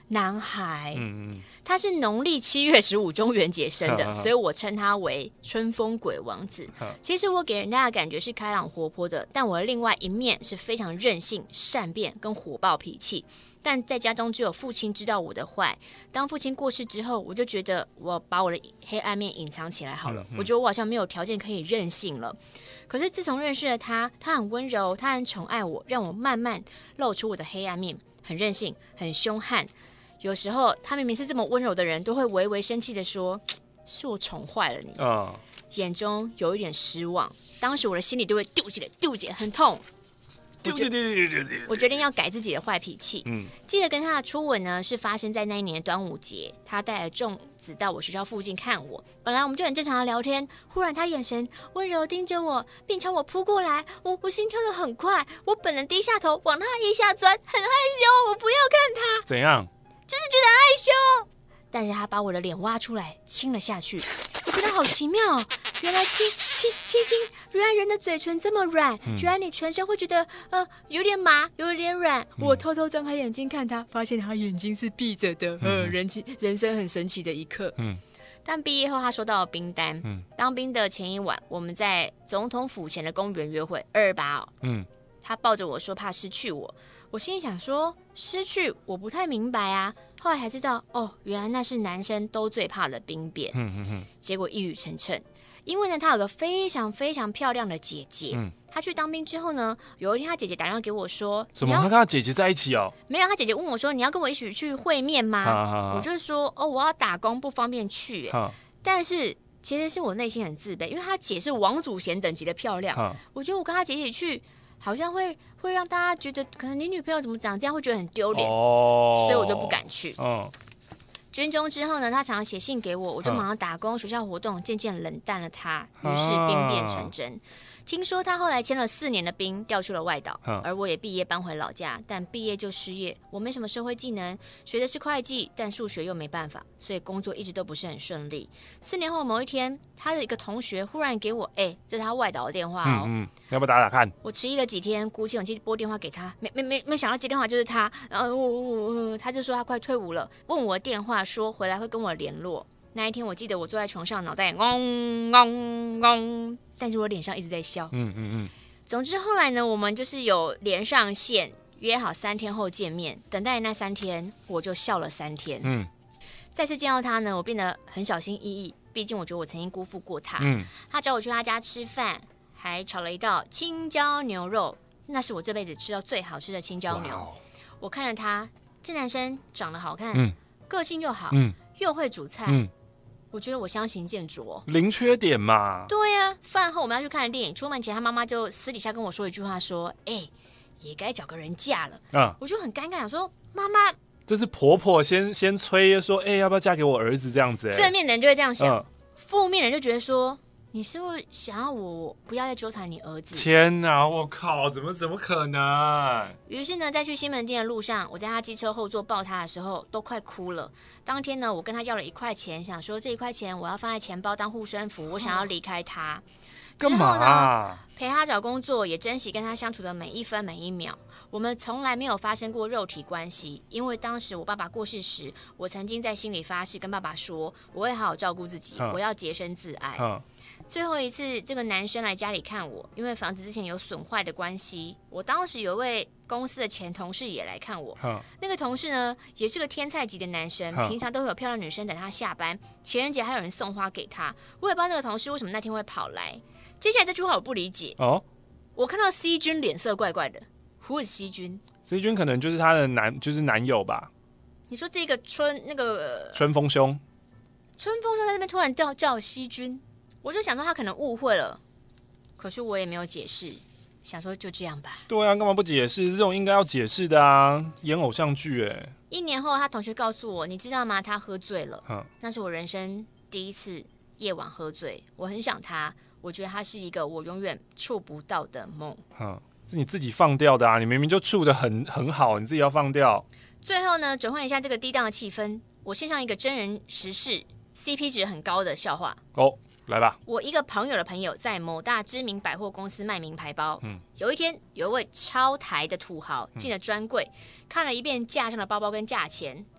男孩。他是农历7月15中元节生的，所以我称他为春风鬼王子。其实我给人家的感觉是开朗活泼的，但我的另外一面是非常任性、善变跟火爆脾气。但在家中只有父亲知道我的坏。当父亲过世之后，我就觉得我把我的黑暗面隐藏起来好了。我觉得我好像没有条件可以任性了。可是自从认识了他，他很温柔，他很宠爱我，让我慢慢露出我的黑暗面，很任性，很凶悍。有时候他明明是这么温柔的人，都会微微生气的说：“是我宠坏了你。”眼中有一点失望。当时我的心里都会丢起来，很痛。我决定要改自己的坏脾气。记得跟他的初吻呢，是发生在那一年的端午节。他带了粽子到我学校附近看我，本来我们就很正常的聊天，忽然他眼神温柔盯着我，并朝我扑过来。我心跳得很快，我本能低下头往他腋下钻，很害羞，我不要看他。 怎样？ 就是觉得害羞。但是他把我的脸挖出来亲了下去，我觉得好奇妙哦。原来亲，原来人的嘴唇这么软，原来你全身会觉得有点麻，有点软。我偷偷张开眼睛看他，发现他眼睛是闭着的。人生很神奇的一刻。但毕业后他收到了兵单。当兵的前一晚，我们在总统府前的公园约会，228哦。他抱着我说怕失去我。我心里想说，失去我不太明白啊。后来才知道，原来那是男生都最怕的兵变。结果一语成谶。因为呢，他有个非常非常漂亮的姐姐。他去当兵之后呢，有一天他姐姐打电话给我说：“ 什么？他跟他姐姐在一起哦？” 没有，他姐姐问我说：“你要跟我一起去会面吗？”我就说：“我要打工，不方便去。”但是其实是我内心很自卑，因为他姐是王祖贤等级的漂亮。我觉得我跟他姐一起去，好像会让大家觉得，可能你女朋友怎么长这样，会觉得很丢脸。所以我就不敢去。军中之后呢，他常常写信给我，我就忙着打工、学校活动，渐渐冷淡了他。于是兵变成真。听说他后来签了4年的兵，调去了外岛，而我也毕业搬回老家，但毕业就失业。我没什么社会技能，学的是会计，但数学又没办法，所以工作一直都不是很顺利。4年后某一天，他的一个同学忽然给我，这是他外岛的电话哦， 要不要打打看？ 我迟疑了几天，鼓起勇气拨电话给他，没想到接电话就是他，然后他就说他快退伍了，问我电话说回来会跟我联络。那一天我记得我坐在床上，脑袋但是我脸上一直在笑。总之后来呢，我们就是有连上线，约好3天后见面。等待那3天，我就笑了3天。再次见到他呢，我变得很小心翼翼，毕竟我觉得我曾经辜负过他。他找我去他家吃饭，还炒了一道青椒牛肉，那是我这辈子吃到最好吃的青椒牛。我看了他，这男生长得好看，个性又好，又会煮菜。我觉得我相形见绌， 零缺点嘛。 对呀，饭后我们要去看电影，出门前他妈妈就私底下跟我说一句话，说：“也该找个人嫁了。”我就很尴尬，想说妈妈， 这是婆婆先催说，要不要嫁给我儿子这样子。 正面的人就会这样想，负面人就觉得说，你是不是想要我不要再纠缠你儿子？ 天哪，我靠，怎么可能？ 于是呢，在去西门町的路上，我在他机车后座抱他的时候，都快哭了。当天呢，我跟他要了1块钱，想说这1块钱我要放在钱包当护身符，我想要离开他。 干嘛啊？ 陪他找工作，也珍惜跟他相处的每一分每一秒。我们从来没有发生过肉体关系，因为当时我爸爸过世时，我曾经在心里发誓跟爸爸说，我会好好照顾自己，我要洁身自爱。最后一次，这个男生来家里看我，因为房子之前有损坏的关系。我当时有一位公司的前同事也来看我，那个同事呢，也是个天菜级的男生，平常都会有漂亮女生等他下班，情人节还有人送花给他。我也不知道那个同事为什么那天会跑来。接下来这句话我不理解我看到 C 君脸色怪怪的。Who is C 君？ C 君可能就是他的男友吧？ 你说这个春风兄在那边突然叫 C 君，我就想说他可能误会了，可是我也没有解释，想说就这样吧。 对啊，干嘛不解释？这种应该要解释的啊，演偶像剧 1年后，他同学告诉我，你知道吗？他喝醉了。那是我人生第一次夜晚喝醉，我很想他，我觉得他是一个我永远触不到的梦。 是你自己放掉的啊！你明明就触得很好，你自己要放掉。 最后呢，转换一下这个低档的气氛，我献上一个真人实事 CP 值很高的笑话。 来吧。 我一个朋友的朋友在某大知名百货公司卖名牌包。有一天，有一位超台的土豪进了专柜，看了一遍架上的包包跟价钱。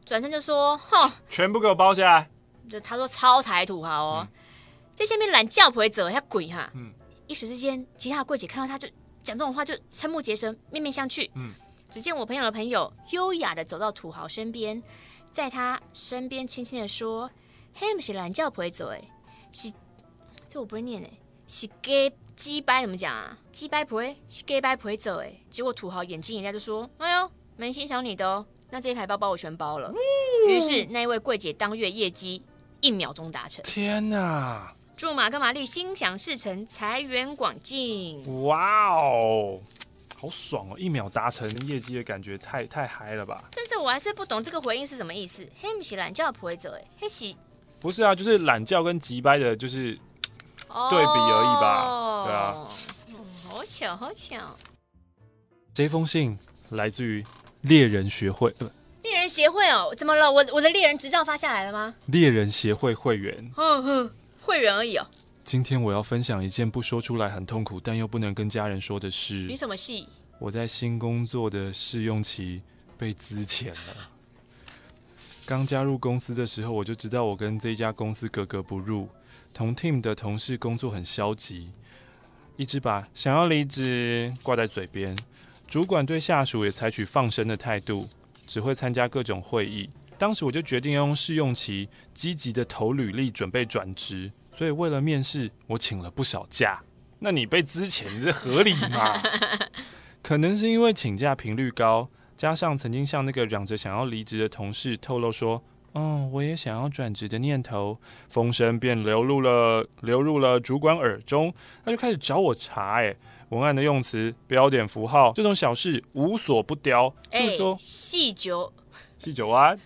转身就说：“哼， 全部给我包下来。” 就他说超台土豪哦，在下面懒觉不会走，他鬼哈。一时之间，其他的柜姐看到他就讲这种话，就瞠目结舌，面面相觑。只见我朋友的朋友优雅的走到土豪身边，在他身边轻轻的说：“嘿，不是懒觉不会走，是这我不会念是鸡掰怎么讲啊？鸡掰不会，是鸡掰不会走结果土豪眼睛一亮就说：“哎呦，蛮欣赏你的哦，那这一排包包我全包了。”于是那一位柜姐当月业绩1秒钟达成。 天哪！ 祝马克·玛丽心想事成，财源广进。 哇哦，好爽哦！1秒达成业绩的感觉太嗨了吧？ 但是我还是不懂这个回应是什么意思。嘿，不是懒觉不会走嘿是不是啊，就是懒觉跟急掰的，就是对比而已吧？对啊。 好巧，好巧。 这封信来自于猎人学会， 猎人协会哦，怎么了？我的猎人执照发下来了吗？ 猎人协会会员。 会员而已哦。 今天我要分享一件不说出来很痛苦，但又不能跟家人说的事。 你什么戏？ 我在新工作的试用期被资遣了。刚加入公司的时候，我就知道我跟这家公司格格不入，同 team 的同事工作很消极，一直把想要离职挂在嘴边。主管对下属也采取放生的态度，只会参加各种会议。当时我就决定要用试用期积极的投履历，准备转职。所以为了面试，我请了不少假。那你被资遣，这合理吗？可能是因为请假频率高，加上曾经向那个嚷着想要离职的同事透露说，我也想要转职的念头，风声便流入了主管耳中，他就开始找我茬。文案的用词、标点符号这种小事无所不雕。比如说细九弯，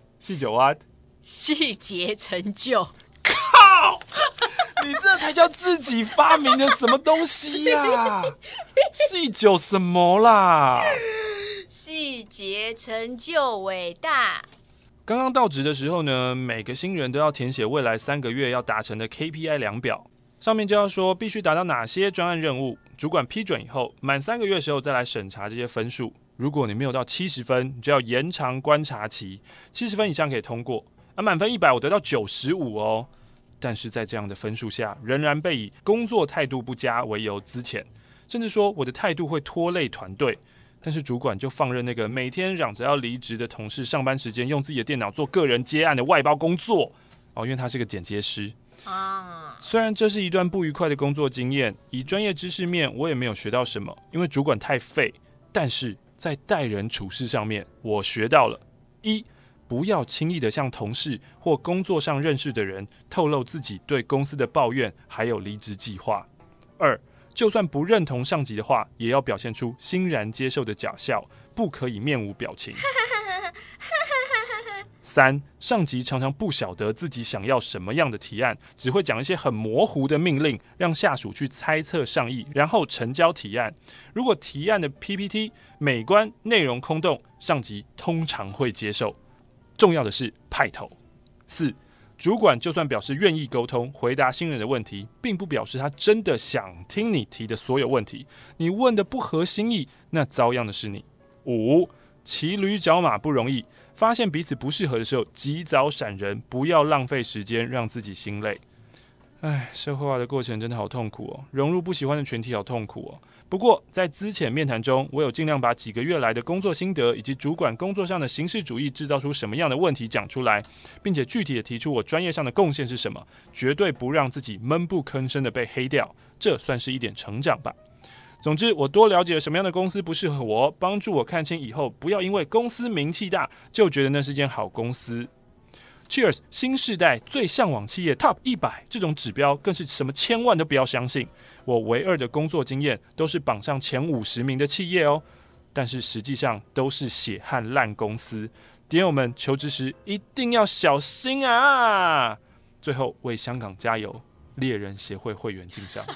细节成就。 靠！你这才叫自己发明的什么东西呀？细酒什么啦？ 细节成就伟大。 刚刚到职的时候呢，每个新人都要填写未来3个月要达成的 KPI 量表，上面就要说必须达到哪些专案任务，主管批准以后，满3个月的时候再来审查这些分数。如果你没有到70分，你就要延长观察期，70分以上可以通过。满分100，我得到95哦。但是在这样的分数下，仍然被以工作态度不佳为由资遣，甚至说我的态度会拖累团队。但是主管就放任那个每天嚷着要离职的同事，上班时间用自己的电脑做个人接案的外包工作因为他是个剪接师啊。虽然这是一段不愉快的工作经验，以专业知识面我也没有学到什么，因为主管太废。但是在待人处事上面，我学到了：一，不要轻易的向同事或工作上认识的人透露自己对公司的抱怨，还有离职计划。2，就算不认同上级的话，也要表现出欣然接受的假笑，不可以面无表情。3，上级常常不晓得自己想要什么样的提案，只会讲一些很模糊的命令，让下属去猜测上意，然后成交提案。如果提案的 PPT 美观、内容空洞，上级通常会接受。重要的是派头。4，主管就算表示愿意沟通，回答新人的问题，并不表示他真的想听你提的所有问题。你问的不合心意，那遭殃的是你。5，骑驴找马不容易，发现彼此不适合的时候，及早闪人，不要浪费时间让自己心累。社会化的过程真的好痛苦哦，融入不喜欢的群体好痛苦哦。不过在资遣面谈中，我有尽量把几个月来的工作心得，以及主管工作上的形式主义制造出什么样的问题讲出来，并且具体的提出我专业上的贡献是什么，绝对不让自己闷不吭声的被黑掉，这算是一点成长吧。总之，我多了解了什么样的公司不适合我，帮助我看清以后不要因为公司名气大就觉得那是间好公司。Cheers！ 新世代最向往企业 Top 100这种指标，更是什么千万都不要相信。我唯二的工作经验都是榜上前50名的企业哦，但是实际上都是血汗烂公司。点友们求职时一定要小心啊！最后为香港加油，猎人协会会员敬上。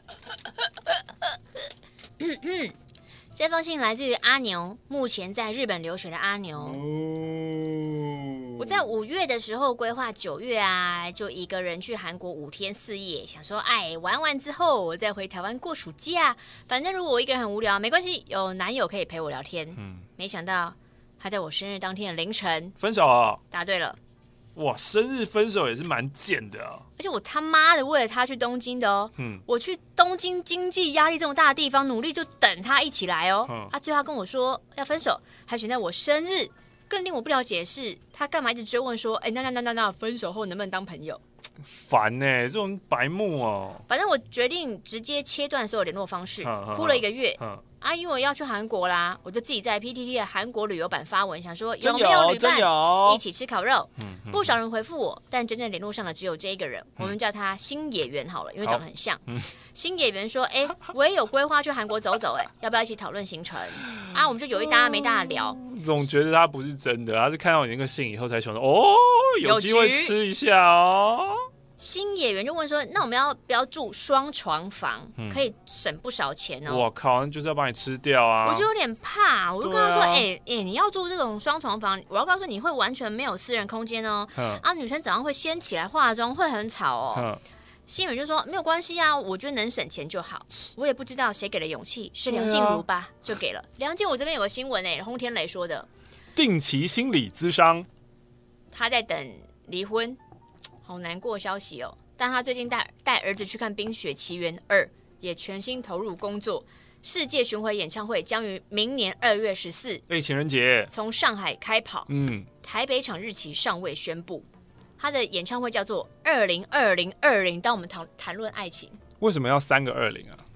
这封信来自于阿牛，目前在日本留学的阿牛。我在5月的时候规划9月就一个人去韩国5天4夜，想说玩完之后我再回台湾过暑假，反正如果我一个人很无聊没关系，有男友可以陪我聊天。没想到他在我生日当天的凌晨分手啊！ 答对了。 哇，生日分手也是蛮贱的啊！ 而且我他妈的为了他去东京的哦，我去东京经济压力这么大的地方努力，就等他一起来哦。最后他跟我说要分手，还选在我生日。更令我不了解的是，他干嘛一直追问说，那分手后能不能当朋友？ 烦欸，这种白目哦。 反正我决定直接切断所有联络方式，哭了1个月。因为我要去韩国啦，我就自己在 PTT 的韩国旅游版发文，想说有没有旅伴一起吃烤肉。不少人回复我，但真正联络上的只有这一个人，我们叫他新野原好了，因为长得很像。新野原说：“我也有规划去韩国走走，要不要一起讨论行程？”我们就有一搭没搭的聊。 总觉得他不是真的，他是看到你那个信以后才想说：“哦，有机会吃一下哦。” 新演员就问说：“那我们要不要住双床房？可以省不少钱哦。” 我靠，那就是要把你吃掉啊！ 我就有点怕，我就跟他说：“你要住这种双床房，我要告诉你会完全没有私人空间哦。女生早上会先起来化妆，会很吵哦。”新演员就说：“没有关系啊，我觉得能省钱就好。”我也不知道谁给的勇气，是梁静茹吧？就给了梁静茹。这边有个新闻轰天雷说的， 定期心理咨商， 他在等离婚。好难过的消息哦！但他最近带儿子去看《冰雪奇缘2》，也全心投入工作。世界巡回演唱会将于明年2月14， 情人节从上海开跑。台北场日期尚未宣布。他的演唱会叫做202020。当我们谈论爱情， 为什么要3个20啊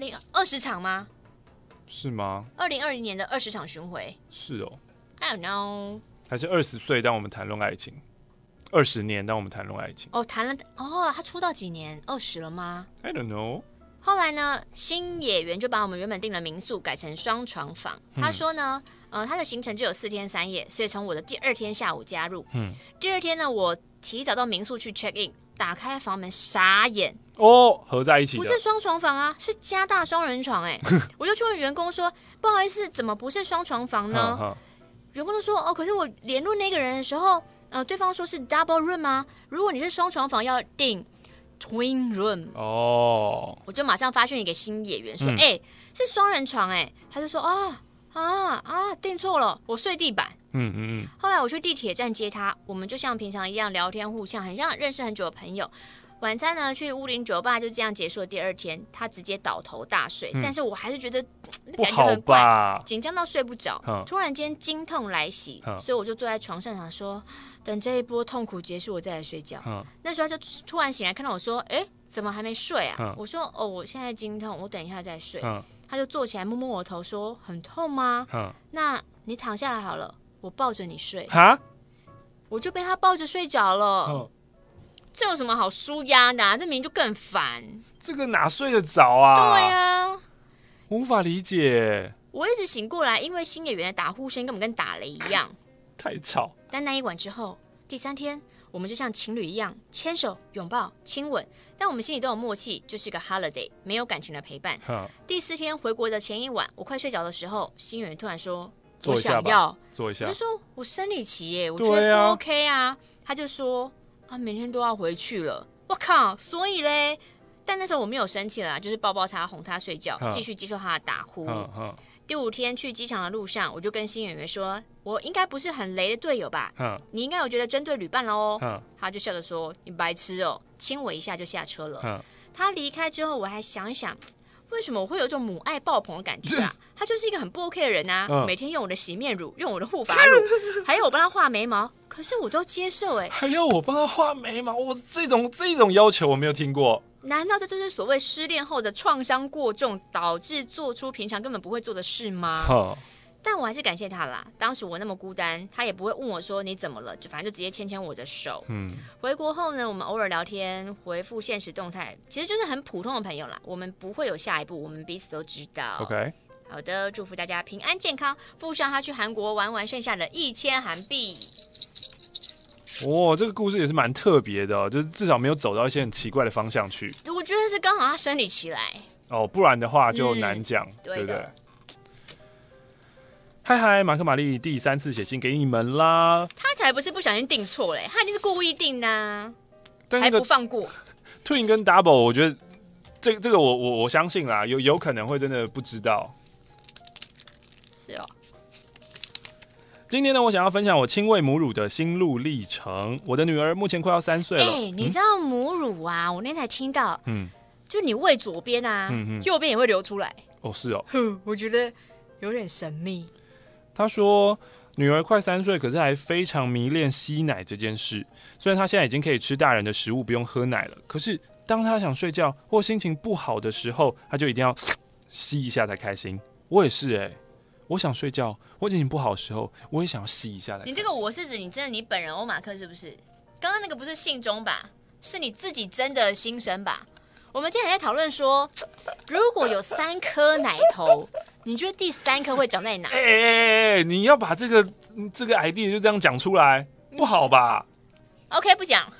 ？20场吗？ 是吗 ？2020年的20场巡回。 是哦。 I don't know。 还是20岁当我们谈论爱情？20年，当我们谈论爱情。 谈了他出道几年？20了吗 ？I don't know。 后来呢，新野原就把我们原本订的民宿改成双床房。他说呢，他的行程只有4天3夜，所以从我的第2天下午加入。第2天呢，我提早到民宿去 check in， 打开房门傻眼。 合在一起的， 不是双床房啊，是加大双人床我就去问员工说，不好意思，怎么不是双床房呢？员工就说，可是我联络那个人的时候。对方说是 double room 吗？如果你是双床房，要订 twin room。我就马上发讯给新演员说，是双人床他就说订错了，我睡地板。后来我去地铁站接他，我们就像平常一样聊天互呛，很像认识很久的朋友。晚餐呢，去乌林酒吧就这样结束了。第2天，他直接倒头大睡，但是我还是觉得感觉很怪，紧张到睡不着。突然间经痛来袭，所以我就坐在床上想说，等这一波痛苦结束，我再来睡觉。那时候他就突然醒来，看到我说：“怎么还没睡啊？”我说：“我现在经痛，我等一下再睡。”他就坐起来摸摸我头说：“很痛吗？那你躺下来好了，我抱着你睡。”我就被他抱着睡着了。这有什么好舒压的这明明就更烦。 这个哪睡得着啊？ 对啊， 无法理解。 我一直醒过来，因为新演员的打呼声根本跟打雷一样， 太吵。 但那一晚之后，第3天，我们就像情侣一样牵手、拥抱、亲吻，但我们心里都有默契，就是个 holiday， 没有感情的陪伴。第4天回国的前一晚，我快睡着的时候，新演员突然说：“我想要坐一下。” 我就说：“我生理期我觉得不 OK 啊。”他就说。明天都要回去了，我靠！所以嘞，但那时候我没有生气啦，就是抱抱他，哄他睡觉，继续接受他的打呼。第5天去机场的路上，我就跟新演员说，我应该不是很雷的队友吧？你应该有觉得针对旅伴了哦。他就笑着说：“你白痴哦！”亲我一下就下车了。他离开之后，我还想一想。为什么我会有种母爱爆棚的感觉啊？他就是一个很不 OK 的人啊，每天用我的洗面乳，用我的护发乳，还有我帮他画眉毛，可是我都接受还要我帮他画眉毛，我这种要求我没有听过。 难道这就是所谓失恋后的创伤过重，导致做出平常根本不会做的事吗？但我还是感谢他啦。当时我那么孤单，他也不会问我说你怎么了，反正就直接牵牵我的手。回国后呢，我们偶尔聊天，回复现实动态，其实就是很普通的朋友啦。我们不会有下一步，我们彼此都知道。 OK， 好的，祝福大家平安健康。附上他去韩国玩完剩下的1000韩币。 这个故事也是蛮特别的就是至少没有走到一些很奇怪的方向去。 我觉得是刚好他生理期来不然的话就难讲，对不对？嗨，马克玛丽第3次写信给你们啦。 他才不是不小心订错嘞，他一定是故意订的但还不放过。 Twin 跟 Double， 我觉得这个我相信啦，有可能会真的不知道。 是哦。 今天呢，我想要分享我亲喂母乳的心路历程。我的女儿目前快要3岁了。 你知道母乳啊？我那天才听到，就你喂左边啊，右边也会流出来。 哦，是哦。 我觉得有点神秘。 她说，女儿快3岁，可是还非常迷恋吸奶这件事。虽然她现在已经可以吃大人的食物，不用喝奶了，可是当她想睡觉或心情不好的时候，她就一定要吸一下才开心。我也是我想睡觉，我心情不好的时候，我也想要吸一下才开心。 你这个我是指你真的你本人欧马克是不是？刚刚那个不是信中吧？是你自己真的心声吧？我们今天还在讨论说，如果有3颗奶头，你觉得第3颗会长在哪？ 你要把这个 idea 就这样讲出来，不好吧 ？OK， 不讲。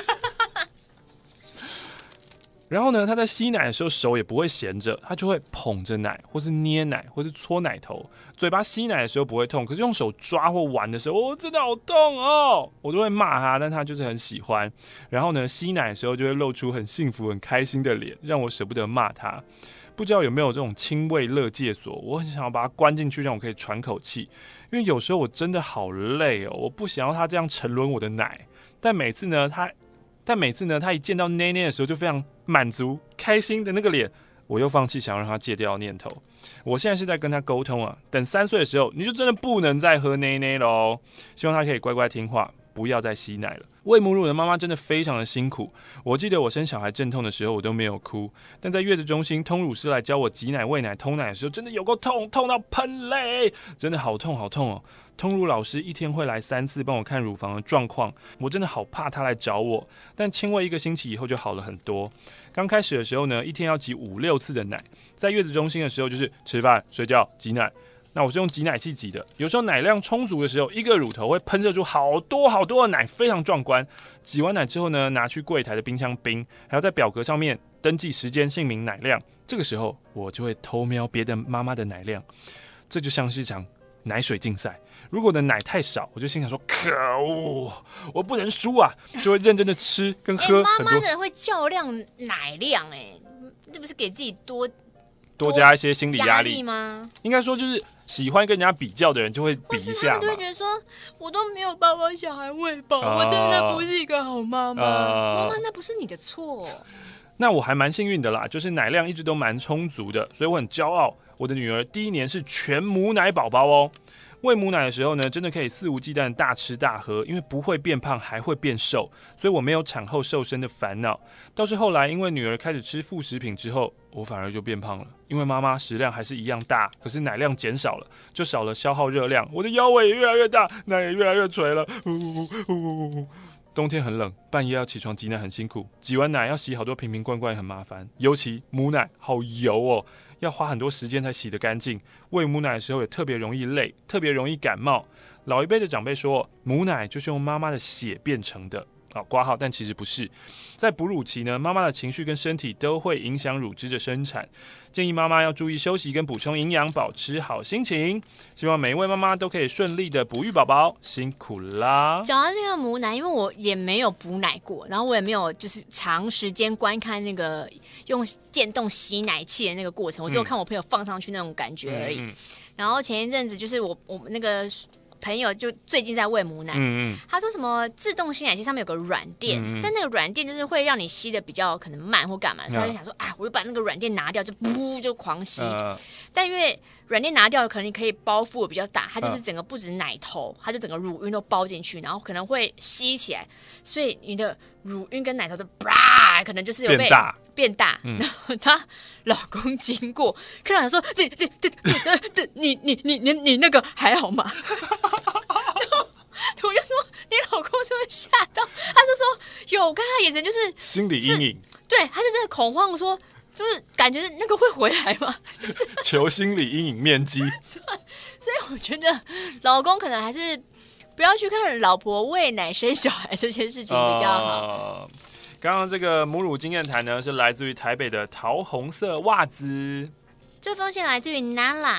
然后呢，他在吸奶的时候手也不会闲着，他就会捧着奶，或是捏奶，或是搓奶头。嘴巴吸奶的时候不会痛，可是用手抓或玩的时候，真的好痛哦！我都会骂他，但他就是很喜欢。然后呢，吸奶的时候就会露出很幸福、很开心的脸，让我舍不得骂他。不知道有没有这种亲喂乐戒所？我很想要把它关进去，让我可以喘口气。因为有时候我真的好累哦，我不想要他这样沉沦我的奶。但每次呢，他一见到奶奶的时候，就非常满足、开心的那个脸，我又放弃想要让他戒掉的念头。我现在是在跟他沟通啊，等3岁的时候，你就真的不能再喝奶奶喽。希望他可以乖乖听话，不要再吸奶了。喂母乳的妈妈真的非常的辛苦。我记得我生小孩阵痛的时候，我都没有哭，但在月子中心通乳师来教我挤奶、喂奶、通奶的时候，真的有够痛，痛到喷泪，真的好痛好痛哦。通乳老师一天会来3次帮我看乳房的状况，我真的好怕他来找我。但亲喂1个星期以后就好了很多。刚开始的时候呢，一天要挤5、6次的奶。在月子中心的时候，就是吃饭、睡觉、挤奶。那我是用挤奶器挤的，有时候奶量充足的时候，一个乳头会喷射出好多好多的奶，非常壮观。挤完奶之后呢，拿去柜台的冰箱冰，还要在表格上面登记时间、姓名、奶量。这个时候我就会偷瞄别的妈妈的奶量，这就像是一场奶水竞赛。如果我的奶太少，我就心想说：可恶，我不能输啊！就会认真的吃跟喝很多。 妈妈真的会较量奶量这不是给自己多加一些心理压力吗？ 应该说就是喜欢跟人家比较的人就会比一下嘛。 或是他们就会觉得说，我都没有把我小孩喂饱，我真的不是一个好妈妈。妈妈，那不是你的错。 那我还蛮幸运的啦，就是奶量一直都蛮充足的，所以我很骄傲。我的女儿第1年是全母奶宝宝哦。喂母奶的时候呢，真的可以肆无忌惮大吃大喝，因为不会变胖，还会变瘦，所以我没有产后瘦身的烦恼。倒是后来因为女儿开始吃副食品之后，我反而就变胖了，因为妈妈食量还是一样大，可是奶量减少了，就少了消耗热量，我的腰围也越来越大，奶也越来越垂了。冬天很冷，半夜要起床挤奶很辛苦，挤完奶要洗好多瓶瓶罐罐也很麻烦，尤其母奶好油哦，要花很多时间才洗得干净。喂母奶的时候也特别容易累，特别容易感冒。老一辈的长辈说，母奶就是用妈妈的血变成的。挂号，但其实不是。在哺乳期呢，妈妈的情绪跟身体都会影响乳汁的生产，建议妈妈要注意休息跟补充营养，保持好心情。希望每一位妈妈都可以顺利的哺育宝宝，辛苦啦！ 讲到那个母奶，因为我也没有补奶过，然后我也没有就是长时间观看那个用电动吸奶器的那个过程，我只有看我朋友放上去那种感觉而已。然后前一阵子就是我那个朋友就最近在喂母奶，他说什么自动吸奶机上面有个软垫，但那个软垫就是会让你吸的比较可能慢或干嘛，所以他就想说我就把那个软垫拿掉，就噗就狂吸。但因为软垫拿掉，可能你可以包覆的比较大，它就是整个不止奶头，它就整个乳晕都包进去，然后可能会吸起来，所以你的乳晕跟奶头的可能就是有被变大。然后她老公经过，看到想说你那个还好吗？我就说你老公是会吓到，他就说有，我看他眼神就是心理阴影， 对，他是真的恐慌，说就是感觉那个会回来吗？ 求心理阴影面积。 所以我觉得老公可能还是不要去看老婆喂奶生小孩这件事情比较好。 刚刚这个母乳经验谈呢，是来自于台北的桃红色袜子。 这封信来自于 Nala。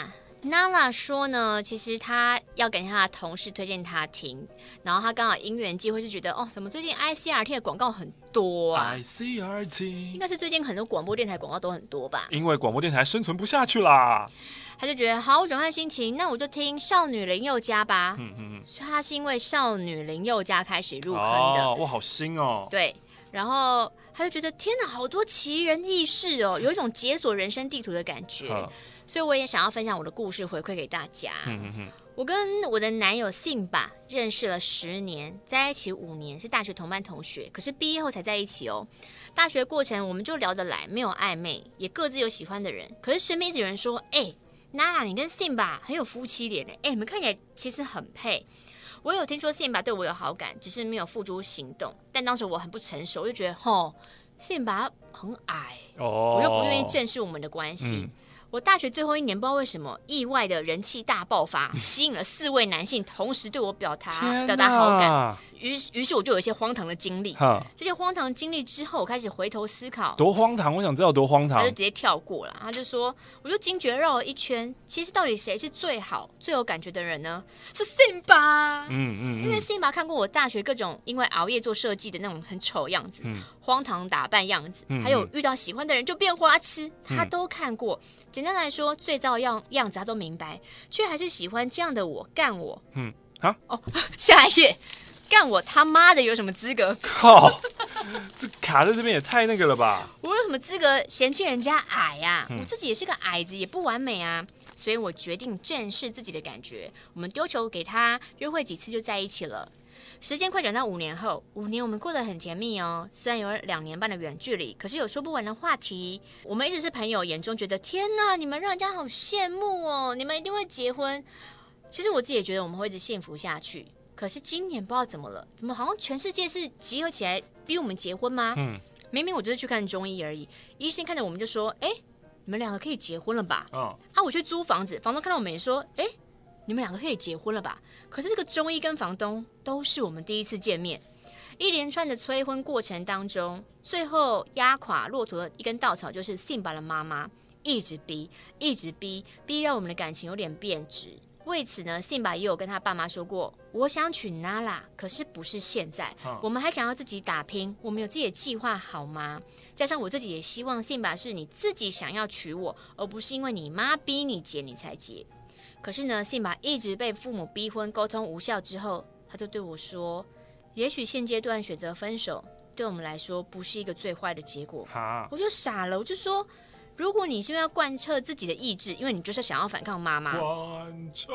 Nala 说呢，其实他要感谢他的同事推荐他听，然后他刚好因缘际会是觉得怎么最近 ICRT 的广告很多啊？ ICRT 应该是最近很多广播电台广告都很多吧？ 因为广播电台生存不下去啦。 他就觉得好，我转换心情，那我就听少女林宥嘉吧。所以他是因为少女林宥嘉开始入坑的。 哇，好新哦。 对，然后他就觉得天哪，好多奇人异事哦，有一种解锁人生地图的感觉。所以我也想要分享我的故事回馈给大家。我跟我的男友 Simba 认识了10年，在一起5年，是大学同班同学，可是毕业后才在一起哦。大学过程我们就聊得来，没有暧昧，也各自有喜欢的人。可是身边一直有人说，Nala 你跟 Simba 很有夫妻脸你们看起来其实很配。我有听说 Simba 对我有好感，只是没有付诸行动。但当时我很不成熟，我就觉得Simba 很矮，我就不愿意正视我们的关系。我大学最后1年，不知道为什么意外的人气大爆发，吸引了4位男性同时对我表达好感。于是我就有一些荒唐的经历。这些荒唐经历之后，我开始回头思考， 多荒唐！我想知道多荒唐。 他就直接跳过了。他就说，我就惊觉绕了一圈，其实到底谁是最好、最有感觉的人呢？是 Simba。因为 Simba 看过我大学各种因为熬夜做设计的那种很丑样子，荒唐打扮样子，还有遇到喜欢的人就变花痴，他都看过。简单来说，最糟的样子他都明白，却还是喜欢这样的我干我。下一页。干我他妈的有什么资格？ 靠，这卡在这边也太那个了吧！ 我有什么资格嫌弃人家矮啊？我自己也是个矮子，也不完美啊。所以我决定正视自己的感觉。我们丢球给他，约会几次就在一起了。时间快转到5年后，5年我们过得很甜蜜哦。虽然有2年半的远距离，可是有说不完的话题。我们一直是朋友眼中觉得天哪，你们让人家好羡慕哦，你们一定会结婚。其实我自己也觉得我们会一直幸福下去。可是今年不知道怎么了，怎么好像全世界是集合起来逼我们结婚吗？明明我就是去看中医而已，医生看着我们就说：“你们2个可以结婚了吧？”我去租房子，房东看到我们也说：“你们2个可以结婚了吧？”可是这个中医跟房东都是我们第一次见面，一连串的催婚过程当中，最后压垮骆驼的一根稻草就是 Simba 的妈妈一直逼，逼到我们的感情有点变质。为此呢，Simba 也有跟他爸妈说过，我想娶 Nala， 可是不是现在，我们还想要自己打拼，我们有自己的计划好吗？加上我自己也希望 Simba 是你自己想要娶我，而不是因为你妈逼你结你才结。可是呢 ，Simba 一直被父母逼婚，沟通无效之后，他就对我说，也许现阶段选择分手，对我们来说不是一个最坏的结果。我就傻了，我就说，如果你是因为要贯彻自己的意志，因为你就是想要反抗妈妈， 贯彻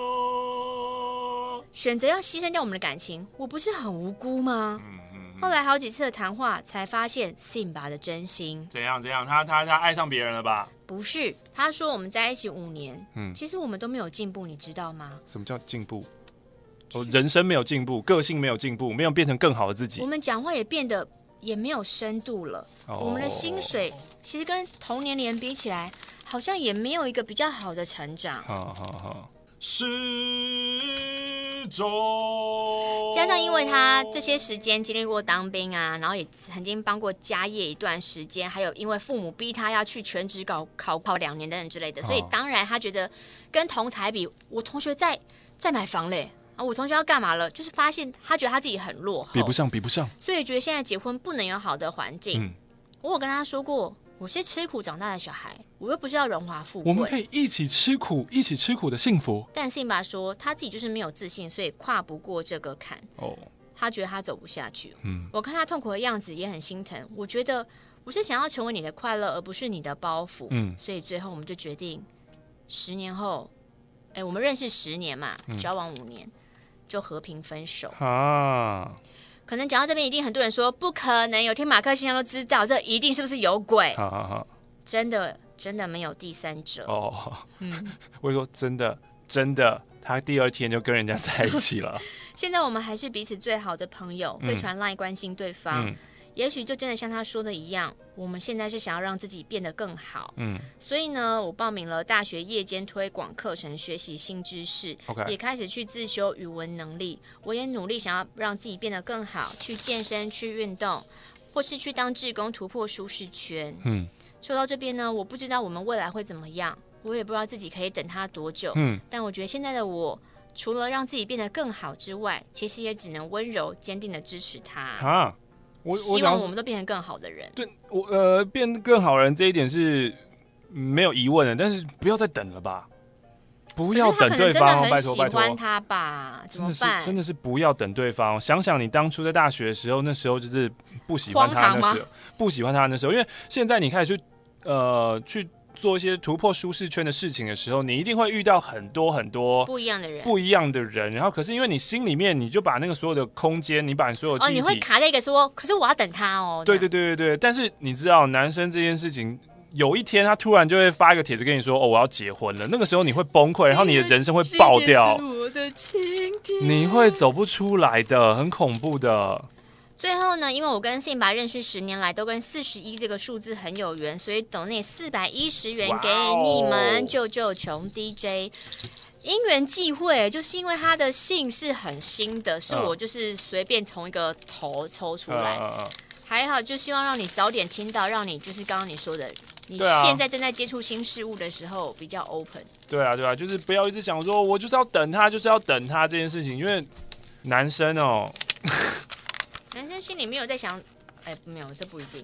选择要牺牲掉我们的感情，我不是很无辜吗？后来好几次的谈话才发现 Simba 的真心。 怎样？他爱上别人了吧？ 不是，他说我们在一起5年，其实我们都没有进步，你知道吗？ 什么叫进步？人生没有进步，个性没有进步，没有变成更好的自己。 我们讲话也变得也没有深度了。我们的薪水其实跟同年龄比起来，好像也没有一个比较好的成长。 始终加上因为他这些时间经历过当兵啊，然后也曾经帮过家业一段时间，还有因为父母逼他要去全职考2年等等之类的，所以当然他觉得跟同才比，我同学在买房嘞。我同学要干嘛了？就是发现他觉得他自己很落后， 比不上， 所以觉得现在结婚不能有好的环境。我有跟他说过，我是吃苦长大的小孩，我又不是要荣华富贵。 我们可以一起吃苦的幸福。 但 Simba 说他自己就是没有自信，所以跨不过这个坎。他觉得他走不下去。我看他痛苦的样子也很心疼。我觉得我是想要成为你的快乐，而不是你的包袱。所以最后我们就决定10年后，我们认识10年嘛，交往5年。就和平分手可能讲到这边，一定很多人说不可能，有听马克信箱都知道，这一定是不是有鬼？真的没有第三者。 我说真的，他第2天就跟人家在一起了。 现在我们还是彼此最好的朋友，会传 LINE 关心对方。也许就真的像他说的一样，我们现在是想要让自己变得更好。所以呢，我报名了大学夜间推广课程，学习新知识，也开始去自修语文能力。我也努力想要让自己变得更好，去健身、去运动，或是去当志工，突破舒适圈。说到这边呢，我不知道我们未来会怎么样。 我也不知道自己可以等他多久。但我觉得现在的我，除了让自己变得更好之外，其实也只能温柔坚定的支持他。希望我们都变成更好的人。 对，变得更好的人这一点是没有疑问的，但是不要再等了吧。不要等对方，拜托拜托。 喜欢他吧？怎么办？ 真的是不要等对方。想想你当初在大学的时候，那时候就是不喜欢他，那时候不喜欢他那时候，因为现在你开始去做一些突破舒适圈的事情的时候，你一定会遇到很多很多不一样的人， 然后可是因为你心里面你就把那个所有的空间，你把你所有记忆体， 你会卡在一个说，可是我要等他哦。 对。但是你知道，男生这件事情。有一天，他突然就会发一个帖子跟你说：“我要结婚了。”那个时候你会崩溃，然后你的人生会爆掉，你会走不出来的，很恐怖的。 最后呢，因为我跟 Simba 认识10年来，都跟41这个数字很有缘，所以抖内410元给你们，救救穷 DJ。因缘际会，就是因为他的姓是很新的，是我就是随便从一个头抽出来，还好，就希望让你早点听到，让你就是刚刚你说的。你现在正在接触新事物的时候比较 open。对啊，就是不要一直想说我就是要等他，就是要等他这件事情，因为男生男生心里没有在想，没有，这不一定。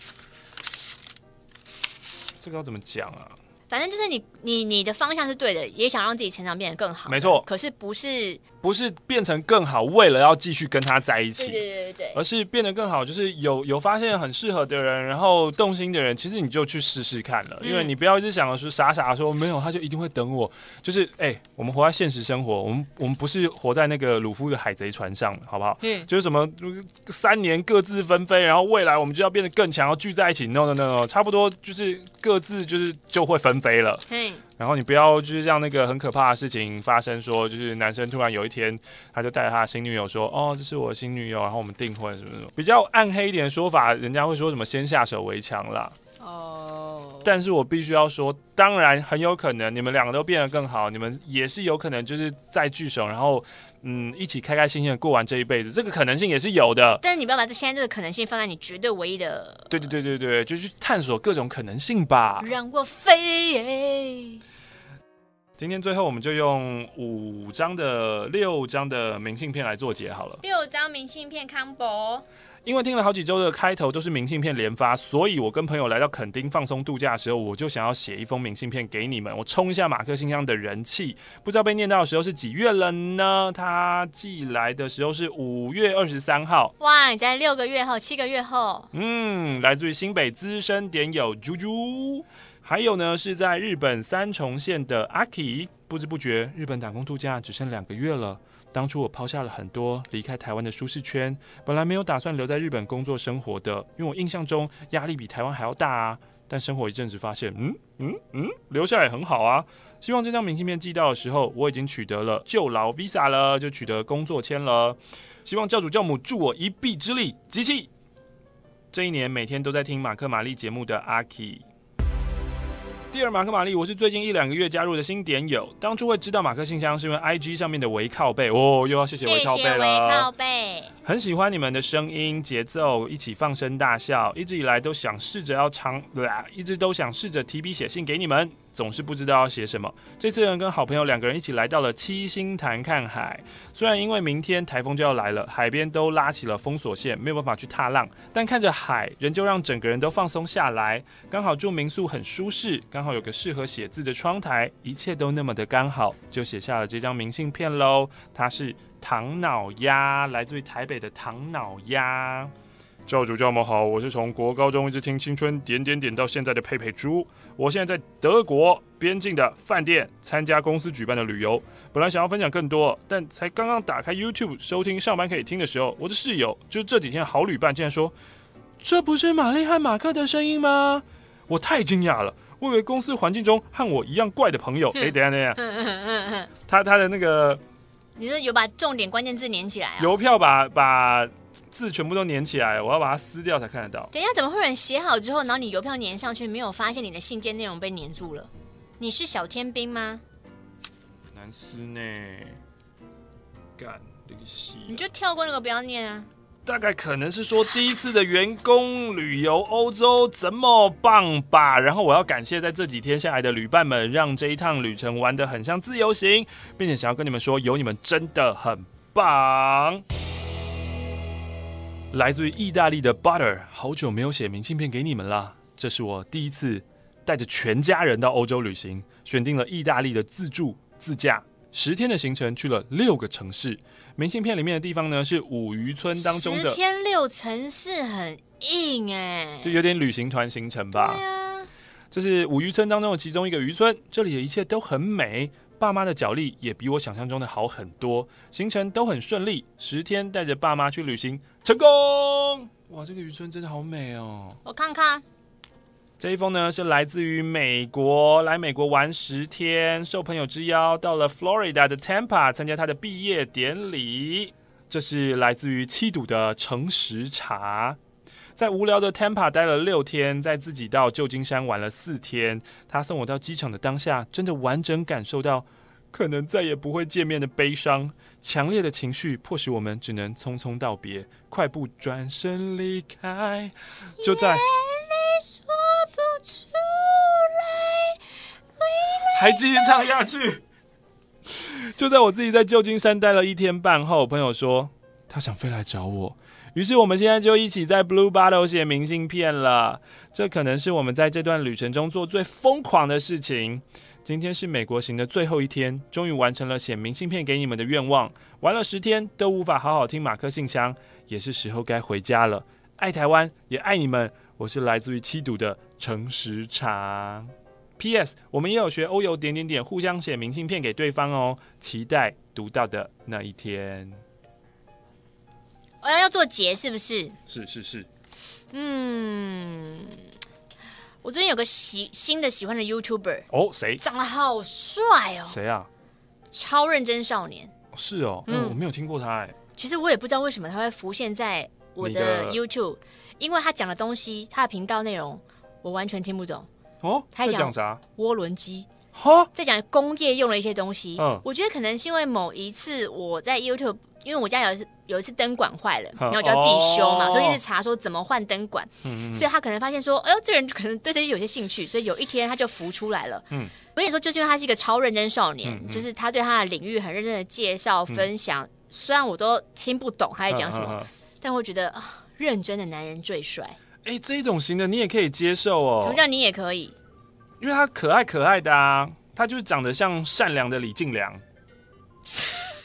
这个要怎么讲啊？ 反正就是你的方向是对的，也想让自己成长变得更好， 没错。 可是不是变成更好，为了要继续跟他在一起， 对， 而是变得更好，就是有发现很适合的人，然后动心的人，其实你就去试试看了，因为你不要一直想着说傻说没有他就一定会等我，就是我们活在现实生活，我们不是活在那个鲁夫的海贼船上，好不好？就是什么3年各自纷飞，然后未来我们就要变得更强，要聚在一起 ，no， 差不多就是各自就会纷飞了。然后你不要就是让那个很可怕的事情发生，说就是男生突然有一天他就带着他的新女友说，这是我的新女友，然后我们订婚什么什么，比较暗黑一点的说法，人家会说什么先下手为强啦。但是我必须要说，当然很有可能你们两个都变得更好，你们也是有可能就是再聚首，然后一起开开心心的过完这一辈子，这个可能性也是有的。 但是你不要把现在这个可能性放在你绝对唯一的。 对，就去探索各种可能性吧。 让我飞。 今天最后我们就用6张的明信片来做结好了。 6张明信片 combo。 因为听了好几周的开头都是明信片连发，所以我跟朋友来到垦丁放松度假的时候，我就想要写一封明信片给你们，我冲一下马克信箱的人气。不知道被念到的时候是几月了呢？他寄来的时候是5月23号。 哇，你在6个月后、7个月后。 来自于新北资深点友猪猪。还有呢，是在日本三重县的阿 K。不知不觉，日本打工度假只剩2个月了。当初我抛下了很多，离开台湾的舒适圈，本来没有打算留在日本工作生活的，因为我印象中压力比台湾还要大啊。但生活一阵子发现，留下来很好啊。希望这张明信片寄到的时候，我已经取得了就劳 Visa 了，就取得工作签了。希望教主教母助我一臂之力，集气。这一年每天都在听马克玛丽节目的阿 K。第二马克玛丽，我是最近1-2个月加入的新点友。当初会知道马克信箱是因为 IG 上面的微靠背又要谢谢微靠背了。谢谢微靠背。很喜欢你们的声音节奏，一起放声大笑。一直以来都想试着提笔写信给你们，总是不知道要写什么。这次跟好朋友2个人一起来到了七星潭看海。虽然因为明天台风就要来了，海边都拉起了封锁线，没有办法去踏浪，但看着海，人就让整个人都放松下来。刚好住民宿很舒适，刚好有个适合写字的窗台，一切都那么的刚好，就写下了这张明信片喽。它是唐脑鸭，来自于台北的唐脑鸭。教主教母好，我是从国高中一直听青春点到现在的佩佩猪。我现在在德国边境的饭店参加公司举办的旅游，本来想要分享更多，但才刚刚打开 YouTube 收听上班可以听的时候，我的室友就是这几天的好旅伴竟然说：“这不是玛丽和马克的声音吗？”我太惊讶了，我以为公司环境中和我一样怪的朋友。等一下，他的那个， 你说有把重点关键字连起来啊？ 邮票把字全部都粘起来，我要把它撕掉才看得到。 等一下，怎么会有人写好之后，然后你邮票粘上去，没有发现你的信件内容被粘住了？你是小天兵吗？ 难撕呢，干这个戏， 你就跳过那个不要念啊。 大概可能是说第一次的员工旅游欧洲怎么棒吧。然后我要感谢在这几天下来的旅伴们，让这一趟旅程玩得很像自由行，并且想要跟你们说，有你们真的很棒。来自于意大利的 Butter， 好久没有写明信片给你们了。这是我第一次带着全家人到欧洲旅行，选定了意大利的自助自驾10天的行程，去了6个城市。明信片里面的地方呢，是五渔村当中的 10天6城市很硬哎， 就有点旅行团行程吧。 对啊， 这是五渔村当中的其中一个渔村，这里的一切都很美。爸妈的脚力也比我想象中的好很多，行程都很顺利。10天带着爸妈去旅行，成功！哇，这个渔村真的好美哦！ 我看看。 这一封呢是来自于美国，来美国玩10天，受朋友之邀到了 Florida 的 Tampa 参加他的毕业典礼。这是来自于七堵的诚实茶。在无聊的 Tampa 待了6天，在自己到旧金山玩了4天。他送我到机场的当下，真的完整感受到可能再也不会见面的悲伤。强烈的情绪迫使我们只能匆匆道别，快步转身离开。就在还继续唱下去。就在我自己在旧金山待了1天半后，朋友说他想飞来找我，于是我们现在就一起在 Blue Bottle 写明信片了。这可能是我们在这段旅程中做最疯狂的事情。今天是美国行的最后1天，终于完成了写明信片给你们的愿望。玩了10天都无法好好听马克信箱，也是时候该回家了。爱台湾，也爱你们。我是来自于七堵的诚实茶。P.S. 我们也有学欧游互相写明信片给对方哦，期待读到的那一天。 我要做结是不是？ 是。 我最近有个新的喜欢的 YouTuber 哦，谁？ 长得好帅哦。 谁啊？ 超认真少年。 是哦，我没有听过他哎。 其实我也不知道为什么他会浮现在我的 YouTube， 因为他讲的东西，他的频道内容我完全听不懂。 哦， 他在讲啥？ 涡轮机， 在讲工业用的一些东西。我觉得可能是因为某一次我在 YouTube， 因为我家有一次灯管坏了，然后我就要自己修嘛，所以一直查说怎么换灯管。所以他可能发现说，哎呦，这人可能对这些有些兴趣，所以有一天他就浮出来了。我跟你说，就是因为他是一个超认真少年，就是他对他的领域很认真的介绍分享，虽然我都听不懂他在讲什么，但我觉得认真的男人最帅。 这一种型的你也可以接受哦。 什么叫你也可以？ 因为他可爱可爱的啊，他就长得像善良的李进良。 是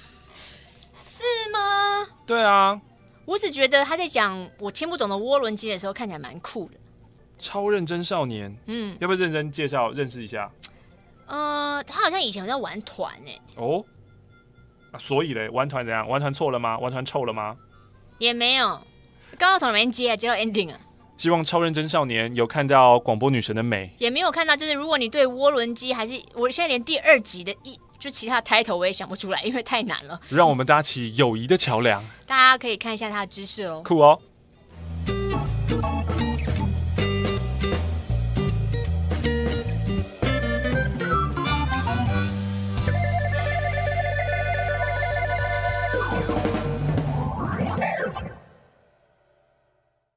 吗？ 对啊， 我只觉得他在讲我听不懂的涡轮机的时候，看起来蛮酷的。 超认真少年，要不要认真介绍认识一下？ 他好像以前有在玩团哦，所以嘞，玩团怎样？玩团错了吗？玩团臭了吗？ 也没有，刚刚从哪边接到 ending 啊？ 希望超认真少年有看到广播女神的美， 也没有看到。就是如果你对涡轮机还是我现在连第2集的就其他的 title 我也想不出来，因为太难了。 让我们搭起友谊的桥梁。 大家可以看一下他的知识哦。 酷哦。